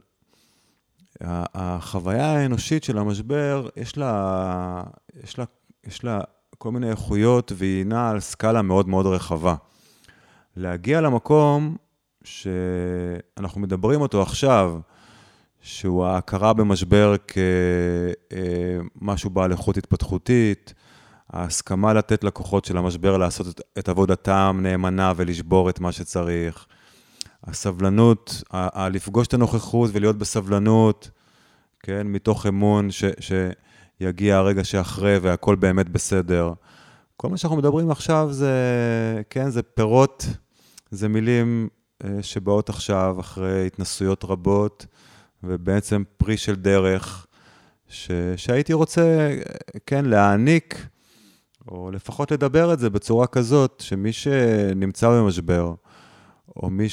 החוויה האנושית של המשבר, יש לה כל מיני איכויות, והיא נעה על סקאלה מאוד מאוד רחבה. להגיע למקום שאנחנו מדברים אותו עכשיו, שהוא ההכרה במשבר כמשהו בעל איכות התפתחותית, ההסכמה לתת לכוחות של המשבר לעשות את עבודתם נאמנה ולשבור את מה שצריך, הסבלנות, לפגוש את הנוכחות ולהיות בסבלנות, כן, מתוך אמון שיגיע הרגע שאחרי והכל באמת בסדר. כל מה שאנחנו מדברים עכשיו זה, כן, זה פירות, זה מילים שבאות עכשיו אחרי התנסויות רבות, ובעצם פרי של דרך שהייתי רוצה, כן, להעניק, או לפחות לדבר את זה בצורה כזאת, שמי שנמצא במשבר, או מי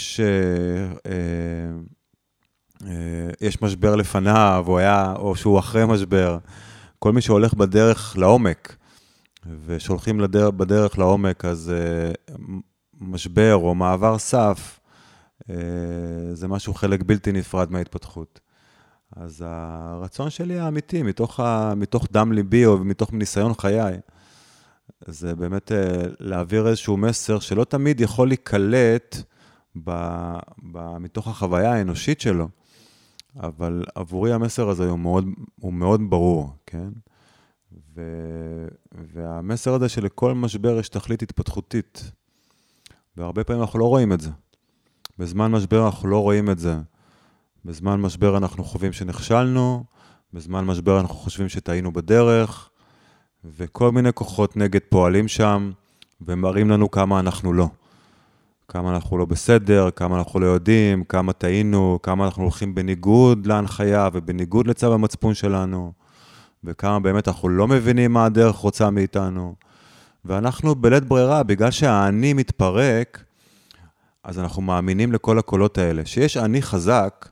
יש משבר לפניו, או שהוא אחרי משבר, כל מי שהולך בדרך לעומק, ושהולכים בדרך לעומק, אז משבר או מעבר סף, זה משהו חלק בלתי נפרד מההתפתחות. אז הרצון שלי האמיתי, מתוך דם ליבי או מתוך ניסיון חיי, זה באמת להעביר איזשהו מסר שלא תמיד יכול להיקלט מתוך החוויה האנושית שלו, אבל עבורי המסר הזה הוא מאוד ברור, כן? והמסר הזה שלכל משבר יש תכלית התפתחותית, והרבה פעמים אנחנו לא רואים את זה. בזמן משבר אנחנו לא רואים את זה. בזמן משבר אנחנו חושבים שנכשלנו, בזמן משבר אנחנו חושבים שטעינו בדרך, וכל מיני כוחות נגד פועלים שם, ומראים לנו כמה אנחנו לא. כמה אנחנו לא בסדר, כמה אנחנו לא יודעים, כמה טעינו, כמה אנחנו הולכים בניגוד להנחיה, ובניגוד לצו המצפון שלנו, וכמה באמת אנחנו לא מבינים מה הדרך רוצה מאיתנו. ואנחנו בלית ברירה, בגלל שהאני מתפרק, אז אנחנו מאמינים לכל הקולות האלה. שיש אני חזק,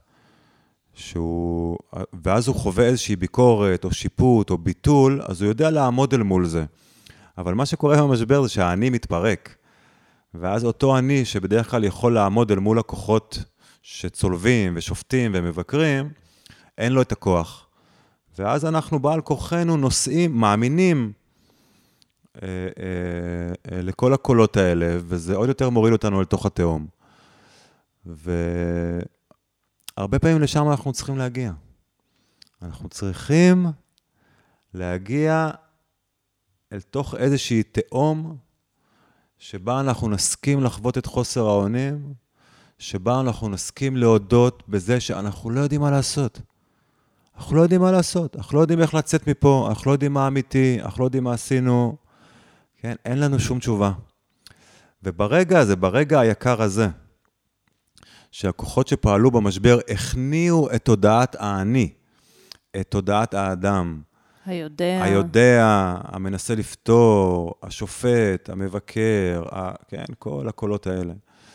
ואז הוא חווה איזושהי ביקורת, או שיפוט, או ביטול, אז הוא יודע לעמוד אל מול זה. אבל מה שקורה במשבר זה שהאני מתפרק. ואז אותו אני, שבדרך כלל יכול לעמוד אל מול הכוחות שצולבים ושופטים ומבקרים, אין לו את הכוח. ואז אנחנו בעל כוחנו נושאים, מאמינים לכל הקולות האלה, וזה עוד יותר מוריד אותנו לתוך התהום. והרבה פעמים לשם אנחנו צריכים להגיע. אנחנו צריכים להגיע אל תוך איזושהי תהום, שבה אנחנו נסכים לחוות את חוסר האונים, שבה אנחנו נסכים להודות בזה שאנחנו לא יודעים מה לעשות. אנחנו לא יודעים מה לעשות, אנחנו לא יודעים איך לצאת מפה, אנחנו לא יודעים מה אמיתי, אנחנו לא יודעים מה עשינו, כן? אין לנו שום תשובה. וברגע הזה, ברגע היקר הזה, שהכוחות שפעלו במשבר הכניעו את תודעת האני, את תודעת האדם, היודע, המנסה לפתור, השופט, המבקר, כן, כל הקולות האלה.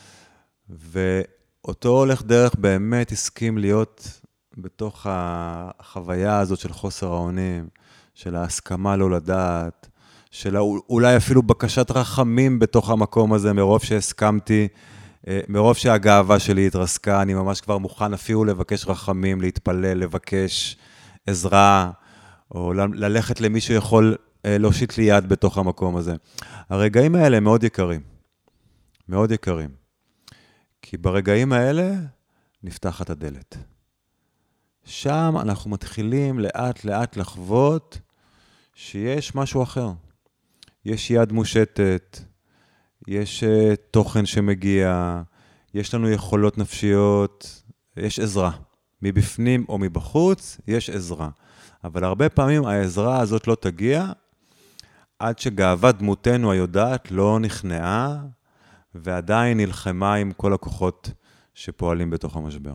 ואותו הולך דרך באמת הסכים להיות בתוך החוויה הזאת של חוסר האונים, של ההסכמה לא לדעת, של אולי אפילו בקשת רחמים בתוך המקום הזה, מרוב שהסכמתי, מרוב שהגאווה שלי התרסקה, אני ממש כבר מוכן אפילו לבקש רחמים, להתפלל, לבקש עזרה, או ללכת למי שיכול להושיט לי יד בתוך המקום הזה. הרגעים האלה מאוד יקרים, מאוד יקרים. כי ברגעים האלה נפתחת הדלת. שם אנחנו מתחילים לאט לאט לחוות שיש משהו אחר. יש יד מושטת, יש תוכן שמגיע, יש לנו יכולות נפשיות, יש עזרה. מבפנים או מבחוץ יש עזרה. אבל הרבה פעמים העזרה הזאת לא תגיע, עד שגאוות דמותנו היודעת לא נכנעה, ועדיין נלחמה עם כל הכוחות שפועלים בתוך המשבר.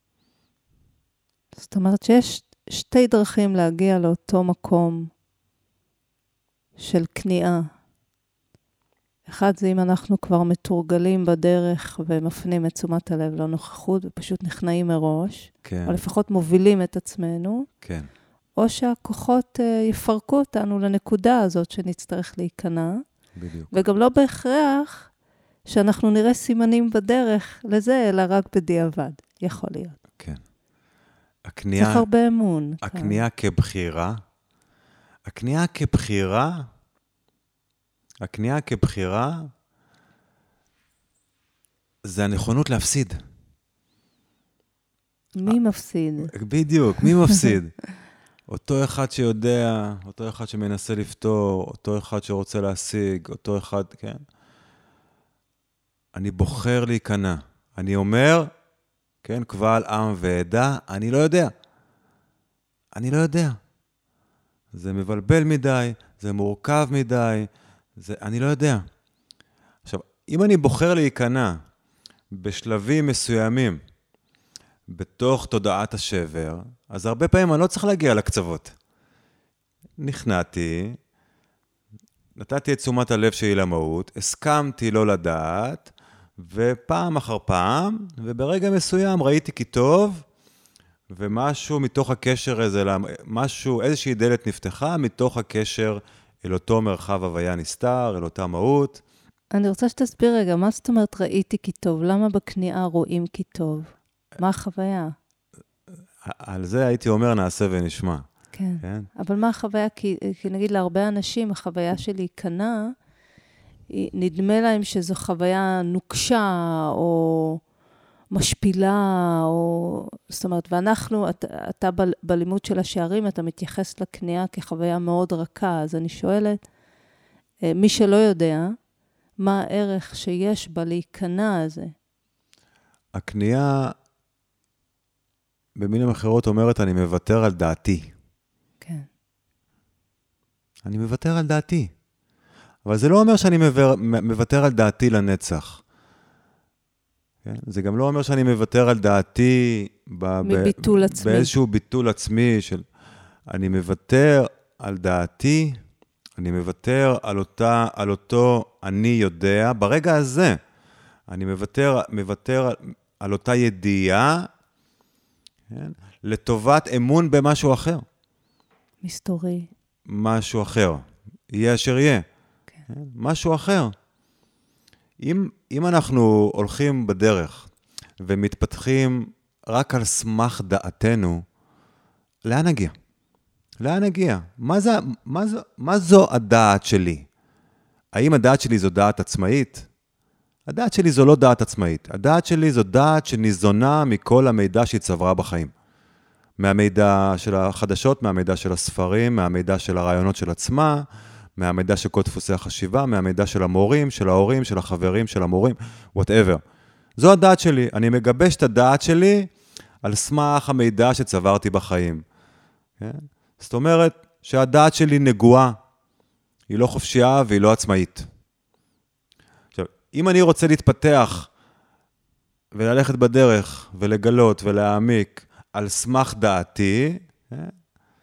זאת אומרת שיש שתי דרכים להגיע לאותו מקום של כניעה. אחד זה אם אנחנו כבר מתורגלים בדרך ומפנים את תשומת הלב לנוכחות ופשוט נכנעים מראש, כן. או לפחות מובילים את עצמנו, כן. או שהכוחות יפרקו אותנו לנקודה הזאת שנצטרך להיכנע. בדיוק. וגם לא בהכרח שאנחנו נראה סימנים בדרך לזה, אלא רק בדיעבד. יכול להיות. כן. צריך הרבה אמון. הכניעה כבחירה, הכניעה כבחירה, זה הנכונות להפסיד. מי מפסיד? בדיוק, מי מפסיד? אותו אחד שיודע, אותו אחד שמנסה לפתור, אותו אחד שרוצה להשיג, אותו אחד, כן. אני בוחר להיכנע. אני אומר, כן, קבל עם ועדה, אני לא יודע. אני לא יודע. זה מבלבל מדי, זה מורכב מדי, אני לא יודע. עכשיו, אם אני בוחר להיכנע בשלבים מסוימים, בתוך תודעת השבר, אז הרבה פעמים אני לא צריך להגיע לקצוות. נכנעתי, נתתי את תשומת הלב שלי למהות, הסכמתי לא לדעת, ופעם אחר פעם, וברגע מסוים ראיתי כי טוב, ומשהו מתוך הקשר הזה, איזושהי דלת נפתחה מתוך הקשר אל אותו מרחב הוויה נסתר, אל אותה מהות. אני רוצה שתסביר רגע, מה זאת אומרת ראיתי כי טוב? למה בכניעה רואים כי טוב? מה החוויה? על זה הייתי אומר נעשה ונשמע. כן. כן? אבל מה החוויה? כי נגיד להרבה אנשים, החוויה של להיכנע, נדמה להם שזו חוויה נוקשה, או משפילה, או... זאת אומרת, ואנחנו, אתה בלימוד של השערים, אתה מתייחס לכניעה כחוויה מאוד רכה, אז אני שואלת, מי שלא יודע, מה הערך שיש בה להיכנע הזה? הכניעה, במילים אחרות אומרת, אני מוותר על דעתי. כן. אני מוותר על דעתי. אבל זה לא אומר שאני מוותר על דעתי לנצח. כן? זה גם לא אומר שאני מוותר על דעתי מביטול עצמי. באיזשהו ביטול עצמי של... אני מוותר על דעתי, אני מוותר על אותו אני יודע, ברגע הזה אני מוותר על אותה ידיעה, כן? לטובת אמון במשהו אחר. מסתורי. משהו אחר. יהיה אשר יהיה. כן. משהו אחר. אם אנחנו הולכים בדרך ומתפתחים רק על סמך דעתנו, לאן נגיע? לאן נגיע? מה זו הדעת שלי? האם הדעת שלי זו דעת עצמאית? הדעת שלי זו לא דעת עצמאית. הדעת שלי זו דעת שניזונה מכל המידע שהיא צברה בחיים. מהמידע של החדשות, מהמידע של הספרים, מהמידע של הרעיונות של עצמה, מהמידע של כל דפוסי החשיבה, מהמידע של המורים, של ההורים, של החברים, של המורים, whatever. זו הדעת שלי. אני מגבש את הדעת שלי על סמך המידע שצברתי בחיים. כן? זאת אומרת שהדעת שלי נגועה, היא לא חופשייה והיא לא עצמאית. עכשיו, אם אני רוצה להתפתח וללכת בדרך ולגלות ולהעמיק על סמך דעתי,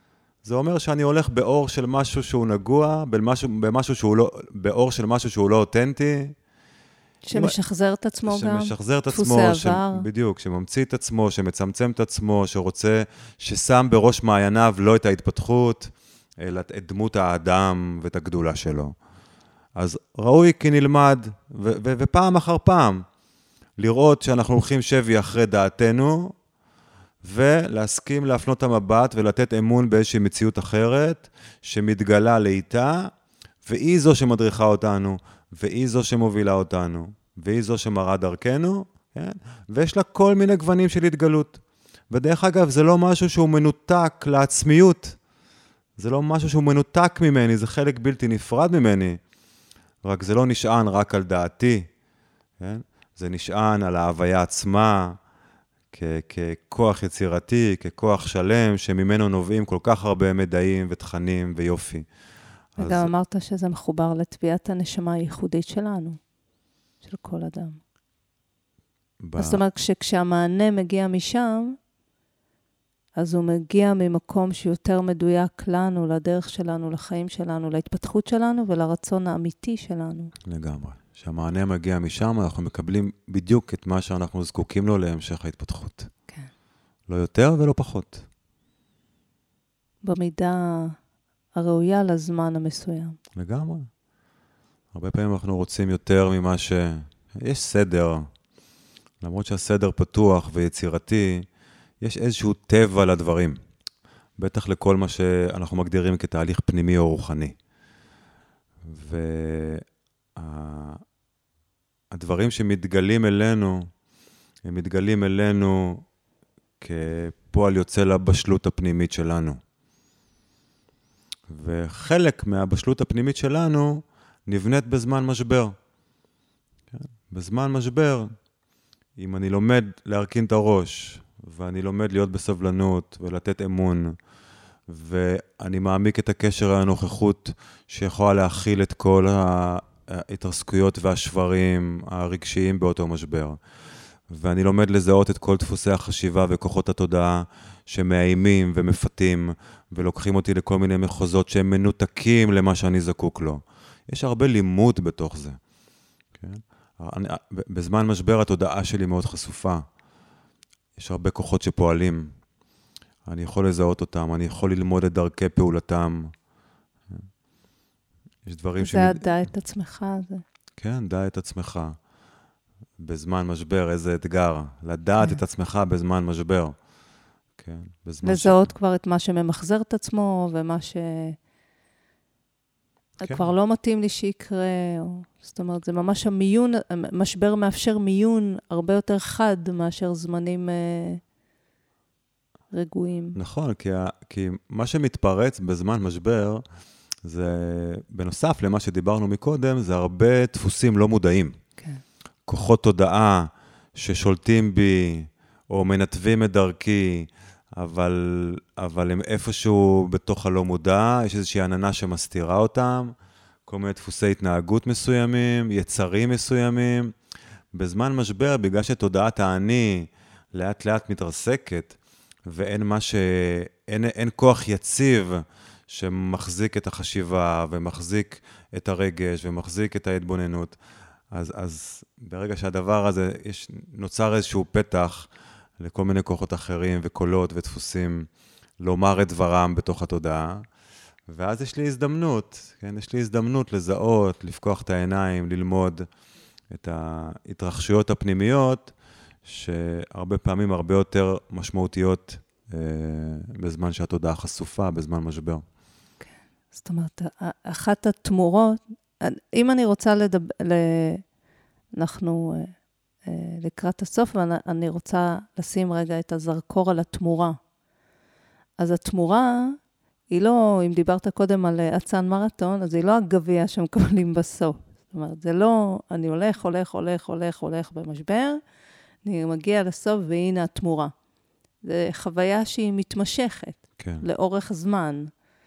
זה אומר שאני הולך באור של משהו שהוא נגוע, באור של משהו שהוא לא אותנטי. שמשחזר את עצמו גם. שמשחזר את עצמו. דפוסי עבר. בדיוק, שממציא את עצמו, שמצמצם את עצמו, ששם בראש מעייניו לא את ההתפתחות, אלא את דמות האדם ואת הגדולה שלו. אז ראוי כי נלמד, ופעם אחר פעם, לראות שאנחנו הולכים שבי אחרי דעתנו, ולהסכים להפנות המבט ולתת אמון באיזושהי מציאות אחרת, שמתגלה לאיתה, והיא זו שמדריכה אותנו, והיא זו שמובילה אותנו, והיא זו שמראה דרכנו, כן? ויש לה כל מיני גוונים של התגלות. ודרך אגב, זה לא משהו שהוא מנותק לעצמיות, זה לא משהו שהוא מנותק ממני, זה חלק בלתי נפרד ממני, רק זה לא נשען רק על דעתי, כן? זה נשען על ההוויה עצמה, ככוח יצירתי, ככוח שלם, שממנו נובעים כל כך הרבה מדעים ותכנים ויופי. וגם אמרת שזה מחובר לטביעת הנשמה הייחודית שלנו, של כל אדם. זאת אומרת, כשהמענה מגיע משם, אז הוא מגיע ממקום שיותר מדויק לנו, לדרך שלנו, לחיים שלנו, להתפתחות שלנו ולרצון האמיתי שלנו. לגמרי. כשהמענה מגיע משם, אנחנו מקבלים בדיוק את מה שאנחנו זקוקים לו להמשך ההתפתחות. כן. לא יותר ולא פחות. במידה הראויה לזמן המסוים. לגמרי. הרבה פעמים אנחנו רוצים יותר ממה יש סדר. למרות שהסדר פתוח ויצירתי, יש איזשהו טבע לדברים. בטח לכל מה שאנחנו מגדירים כתהליך פנימי או רוחני. והדברים שמתגלים אלינו, הם מתגלים אלינו כפועל יוצא לבשלות הפנימית שלנו. וחלק מהבשלות הפנימית שלנו נבנית בזמן משבר. בזמן משבר, אם אני לומד להרכין את הראש, ואני לומד להיות בסבלנות ולתת אמון, ואני מעמיק את הקשר הנוכחות שיכולה להכיל את כל ההתרסקויות והשברים הרגשיים באותו משבר. ואני לומד לזהות את כל דפוסי החשיבה וכוחות התודעה שמאיימים ומפתים, ולוקחים אותי לכל מיני מחוזות שהם מנותקים למה שאני זקוק לו. יש הרבה לימוד בתוך זה. כן? בזמן משבר התודעה שלי מאוד חשופה. יש הרבה כוחות שפועלים. אני יכול לזהות אותם, אני יכול ללמוד את דרכי פעולתם. יש דברים זה הדע את עצמך הזה. כן, דע את עצמך. בזמן משבר, איזה אתגר. לדעת את עצמך בזמן משבר. כן, לזהות כבר את מה שממחזר את עצמו, ומה כבר לא מתאים לי שיקרה. זאת אומרת, זה ממש המיון, משבר מאפשר מיון הרבה יותר חד מאשר זמנים רגועים. נכון, כי מה שמתפרץ בזמן משבר, זה בנוסף למה שדיברנו מקודם, זה הרבה דפוסים לא מודעים. כן. כוחות תודעה ששולטים בי, או מנתבים את דרכי, אבל הם איפשהו בתוך הלא מודע, יש איזושהי עננה שמסתירה אותם, כל מיני דפוסי התנהגות מסוימים, יצרים מסוימים. בזמן משבר, בגלל שתודעת האני לאט לאט מתרסקת, ואין אין כוח יציב שמחזיק את החשיבה, ומחזיק את הרגש, ומחזיק את ההתבוננות, אז ברגע שהדבר הזה, נוצר איזשהו פתח לכל מיני כוחות אחרים וקולות ודפוסים, לומר את דברם בתוך התודעה, ואז יש לי הזדמנות, כן? יש לי הזדמנות לזהות, לפקוח את העיניים, ללמוד את ההתרחשויות הפנימיות, שהרבה פעמים הרבה יותר משמעותיות בזמן שהתודעה חשופה, בזמן משבר. כן. זאת אומרת, אחת התמורות, אם אני רוצה אנחנו לקראת הסוף, ואני רוצה לשים רגע את הזרקור על התמורה. אז התמורה היא לא, אם דיברת קודם על אצן מרתון, אז היא לא הגביע שמקבלים בסוף. זאת אומרת, זה לא, אני הולך במשבר, אני מגיע לסוף והנה התמורה. זה חוויה שהיא מתמשכת, כן. לאורך זמן.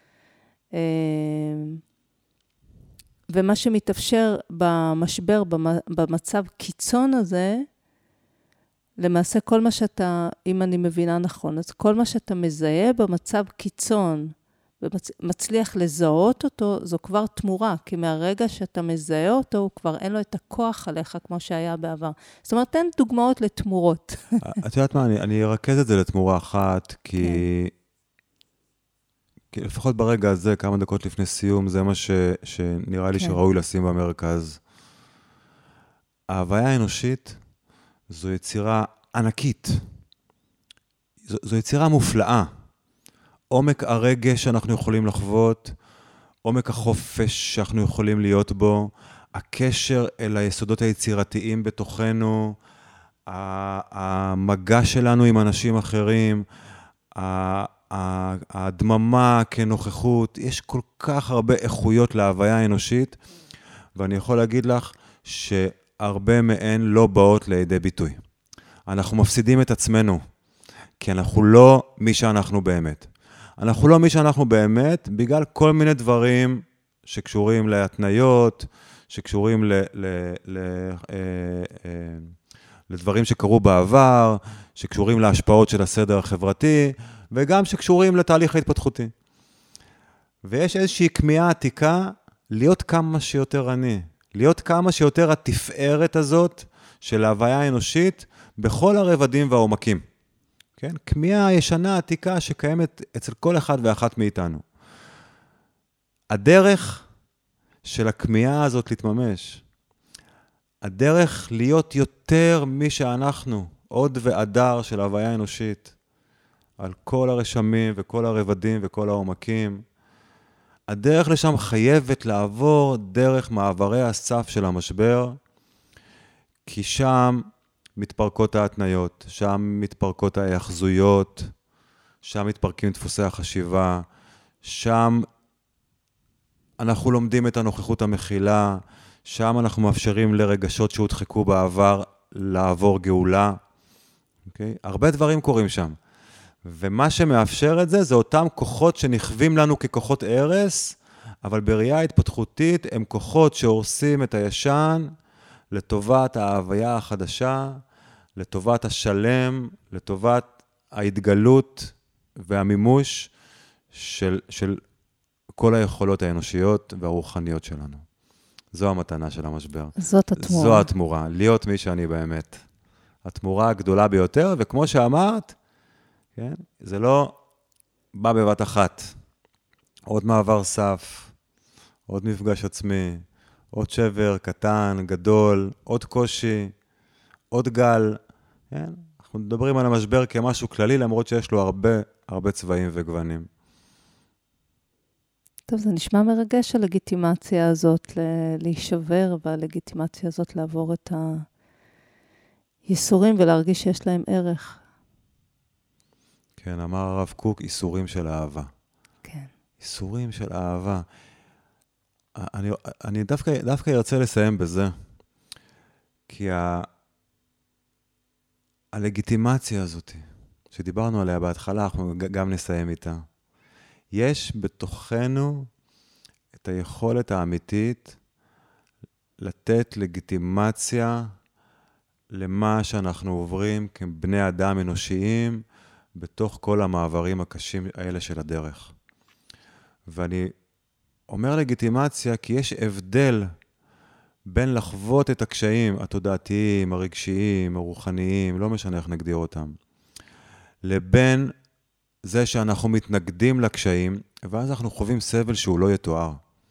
ומה שמתאפשר במשבר, במצב קיצון הזה, למעשה כל מה שאתה, אם אני מבינה נכון, אז כל מה שאתה מזהה במצב קיצון, ומצליח לזהות אותו, זו כבר תמורה, כי מהרגע שאתה מזהה אותו, הוא כבר אין לו את הכוח עליך כמו שהיה בעבר. זאת אומרת, תן דוגמאות לתמורות. את יודעת מה, אני ארכז את זה לתמורה אחת, כי לפחות ברגע הזה, כמה דקות לפני סיום, זה מה שנראה לי שראוי לשים במרכז. ההוויה האנושית זו יצירה ענקית. זו יצירה מופלאה. עומק הרגש שאנחנו יכולים לחוות, עומק החופש שאנחנו יכולים להיות בו, הקשר אל היסודות היצירתיים בתוכנו, המגע שלנו עם אנשים אחרים, הדממה כנוכחות, יש כל כך הרבה איכויות להוויה האנושית, ואני יכול להגיד לך שהרבה מהן לא באות לידי ביטוי. אנחנו מפסידים את עצמנו, כי אנחנו לא מי שאנחנו באמת. אנחנו לא מי שאנחנו באמת, בגלל כל מיני דברים שקשורים להתניות, שקשורים לדברים שקרו בעבר, שקשורים להשפעות של הסדר החברתי, וגם שקשורים לתהליך ההתפתחותי. ויש איזושהי כמיהה עתיקה להיות כמה שיותר אני, להיות כמה שיותר התפארת הזאת של ההוויה האנושית בכל הרבדים והעומקים. כן? כמיהה ישנה עתיקה שקיימת אצל כל אחד ואחת מאיתנו. הדרך של הכמיהה הזאת להתממש, הדרך להיות יותר מי שאנחנו, עוד ועדר של ההוויה האנושית, על כל הרשמים וכל הרבדים וכל העומקים, הדרך לשם חייבת לעבור דרך מעברי הסף של המשבר, כי שם מתפרקות ההתניות, שם מתפרקות ההאחזויות, שם מתפרקים דפוסי החשיבה, שם אנחנו לומדים את הנוכחות המכילה, שם אנחנו מאפשרים לרגשות שהודחקו בעבר לעבור גאולה. אוקיי? הרבה דברים קורים שם. ומה שמאפשר את זה, זה אותם כוחות שנכווים לנו ככוחות ערס, אבל בראייה התפתחותית הם כוחות שהורסים את הישן לטובת ההוויה החדשה, לטובת השלם, לטובת ההתגלות והמימוש של כל היכולות האנושיות והרוחניות שלנו. זו המתנה של המשבר. זאת התמורה. זו התמורה, להיות מי שאני באמת. התמורה הגדולה ביותר, וכמו שאמרת, כן, זה לא בא בבת אחת. עוד מעבר סף, עוד מפגש עצמי, עוד שבר קטן, גדול, עוד קושי, עוד גל. כן? אנחנו מדברים על המשבר כמשהו כללי, למרות שיש לו הרבה צבעים וגוונים. טוב, זה נשמע מרגש הלגיטימציה הזאת להישבר, והלגיטימציה הזאת לעבור את הייסורים ולהרגיש שיש להם ערך. כן, אמר הרב קוק, איסורים של אהבה. כן. איסורים של אהבה. אני דווקא ארצה לסיים בזה, כי הלגיטימציה הזאת, שדיברנו עליה בהתחלה, אנחנו גם נסיים איתה. יש בתוכנו את היכולת האמיתית לתת לגיטימציה למה שאנחנו עוברים כבני אדם אנושיים בתוך כל המעברים הקשים האלה של הדרך. ואני אומר לגיטימציה כי יש הבדל בין לחוות את הקשיים התודעתיים, הרגשיים, הרוחניים, לא משנה איך נגדיר אותם, לבין זה שאנחנו מתנגדים לקשיים, ואז אנחנו חווים סבל שהוא לא יתואר.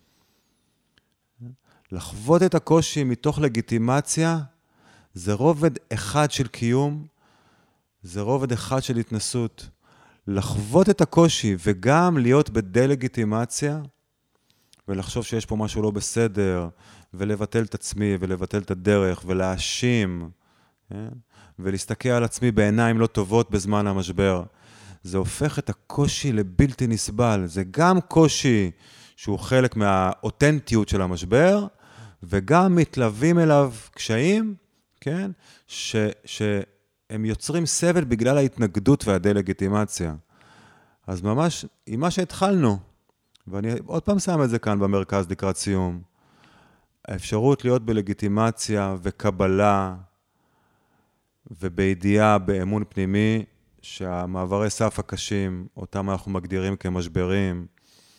לחוות את הקושי מתוך לגיטימציה, זה רובד אחד של קיום, זה רובד אחד של התנסות. לחוות את הקושי וגם להיות בדה-לגיטימציה, ולחשוב שיש פה משהו לא בסדר, ולבטל את עצמי, ולבטל את הדרך, ולהאשים, ולהסתכל על עצמי בעיניים לא טובות בזמן המשבר. זה הופך את הקושי לבלתי נסבל. זה גם קושי שהוא חלק מהאותנטיות של המשבר, וגם מתלווים אליו קשיים, כן? שהם יוצרים סבל בגלל ההתנגדות והדה-לגיטימציה. אז ממש, עם מה שהתחלנו, ואני עוד פעם שם את זה כאן במרכז לקראת סיום, האפשרות להיות בלגיטימציה וקבלה ובידיעה באמון פנימי, שהמעברי סף הקשים, אותם אנחנו מגדירים כמשברים,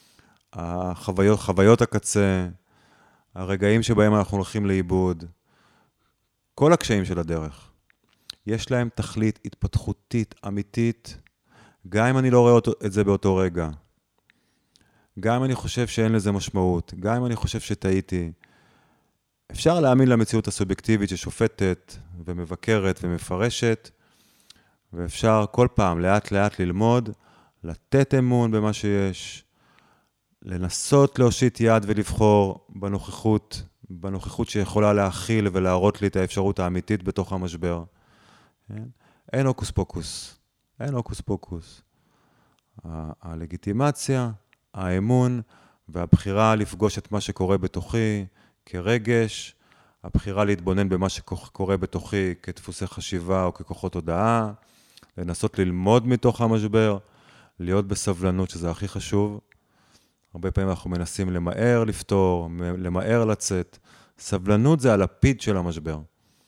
חוויות הקצה, הרגעים שבהם אנחנו הולכים לאיבוד, כל הקשיים של הדרך, יש להם תכלית התפתחותית, אמיתית, גם אם אני לא רואה את זה באותו רגע, גם אם אני חושב שאין לזה משמעות, גם אם אני חושב שטעיתי, אפשר להאמין למציאות הסובייקטיבית ששופטת ומבקרת ומפרשת, ואפשר כל פעם לאט לאט ללמוד, לתת אמון במה שיש, לנסות להושיט יד ולבחור בנוכחות שיכולה להכיל ולהראות לי את האפשרות האמיתית בתוך המשבר. אין הוקוס פוקוס, אין הוקוס פוקוס. הלגיטימציה, האמון והבחירה לפגוש את מה שקורה בתוכי כרגש, הבחירה להתבונן במה שקורה בתוכי כדפוסי חשיבה או ככוחות הודעה, לנסות ללמוד מתוך המשבר, להיות בסבלנות שזה הכי חשוב. הרבה פעמים אנחנו מנסים למהר לפתור, למהר לצאת. סבלנות זה הלפיד של המשבר.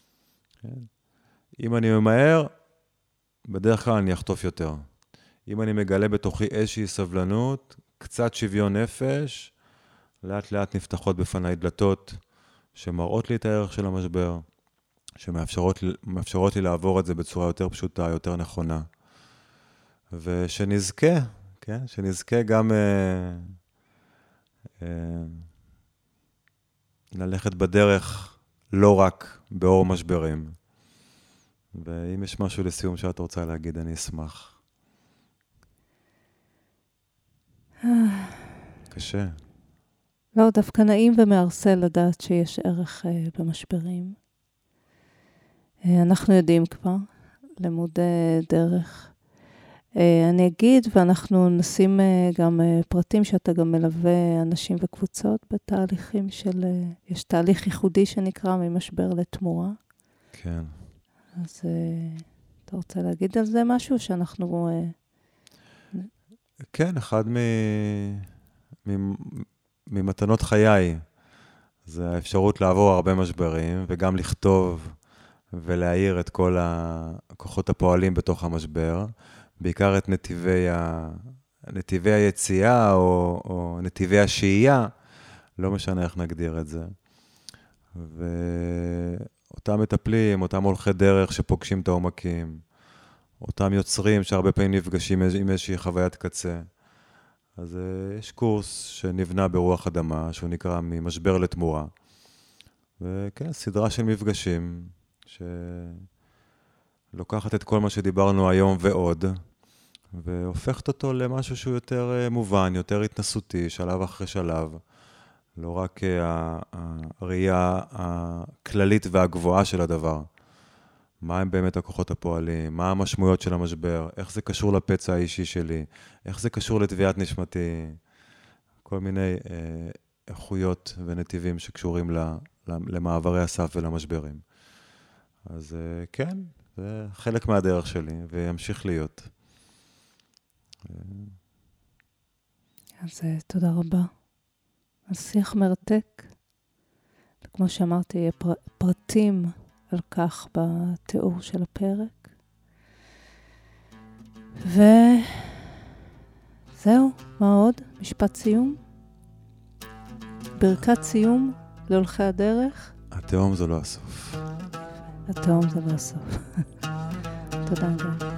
אם אני ממהר, בדרך כלל אני אחטוף יותר. אם אני מגלה בתוכי איזושהי סבלנות, קצת שוויון נפש, לאט לאט נפתחות בפני דלתות שמראות לי את הערך של המשבר, שמאפשרות לי לעבור את זה בצורה יותר פשוטה, יותר נכונה. ושנזכה, כן? שנזכה גם ללכת בדרך לא רק באור משברים. ואם יש משהו לסיום שאת רוצה להגיד, אני אשמח. קשה. לא, דווקא נעים ומארסל לדעת שיש ערך במשברים. אנחנו יודעים כבר, למודי דרך. אני אגיד, ואנחנו נשים גם פרטים שאתה גם מלווה אנשים וקבוצות בתהליכים של, יש תהליך ייחודי שנקרא ממשבר לתמורה. כן. אז אתה רוצה להגיד על זה משהו שאנחנו... כן, אחד ממתנות חיי, זה האפשרות לעבור הרבה משברים, וגם לכתוב ולהאיר את כל הכוחות הפועלים בתוך המשבר, בעיקר את נתיבי היציאה או נתיבי השהייה, לא משנה איך נגדיר את זה. ואותם מטפלים, אותם הולכי דרך שפוגשים את העומקים, אותם יוצרים שהרבה פעמים נפגשים עם איזושהי חוויית קצה. אז יש קורס שנבנה ברוח אדמה, שהוא נקרא ממשבר לתמורה. וכן, סדרה של מפגשים, שלוקחת את כל מה שדיברנו היום ועוד, והופכת אותו למשהו שהוא יותר מובן, יותר התנסותי, שלב אחרי שלב. לא רק הראייה הכללית והגבוהה של הדבר. מה הם באמת הכוחות הפועלים, מה המשמעויות של המשבר, איך זה קשור לפצע האישי שלי, איך זה קשור לתביעת נשמתי, כל מיני איכויות ונתיבים שקשורים למעברי הסף ולמשברים. אז כן, זה חלק מהדרך שלי, וימשיך להיות. אז תודה רבה. אז שיח מרתק, וכמו שאמרתי, יהיה פרטים על כך בתיאור של הפרק. וזהו, מה עוד? משפט סיום? ברכת סיום להולכי הדרך? התהום זה לא הסוף. התהום זה לא הסוף. תודה רבה.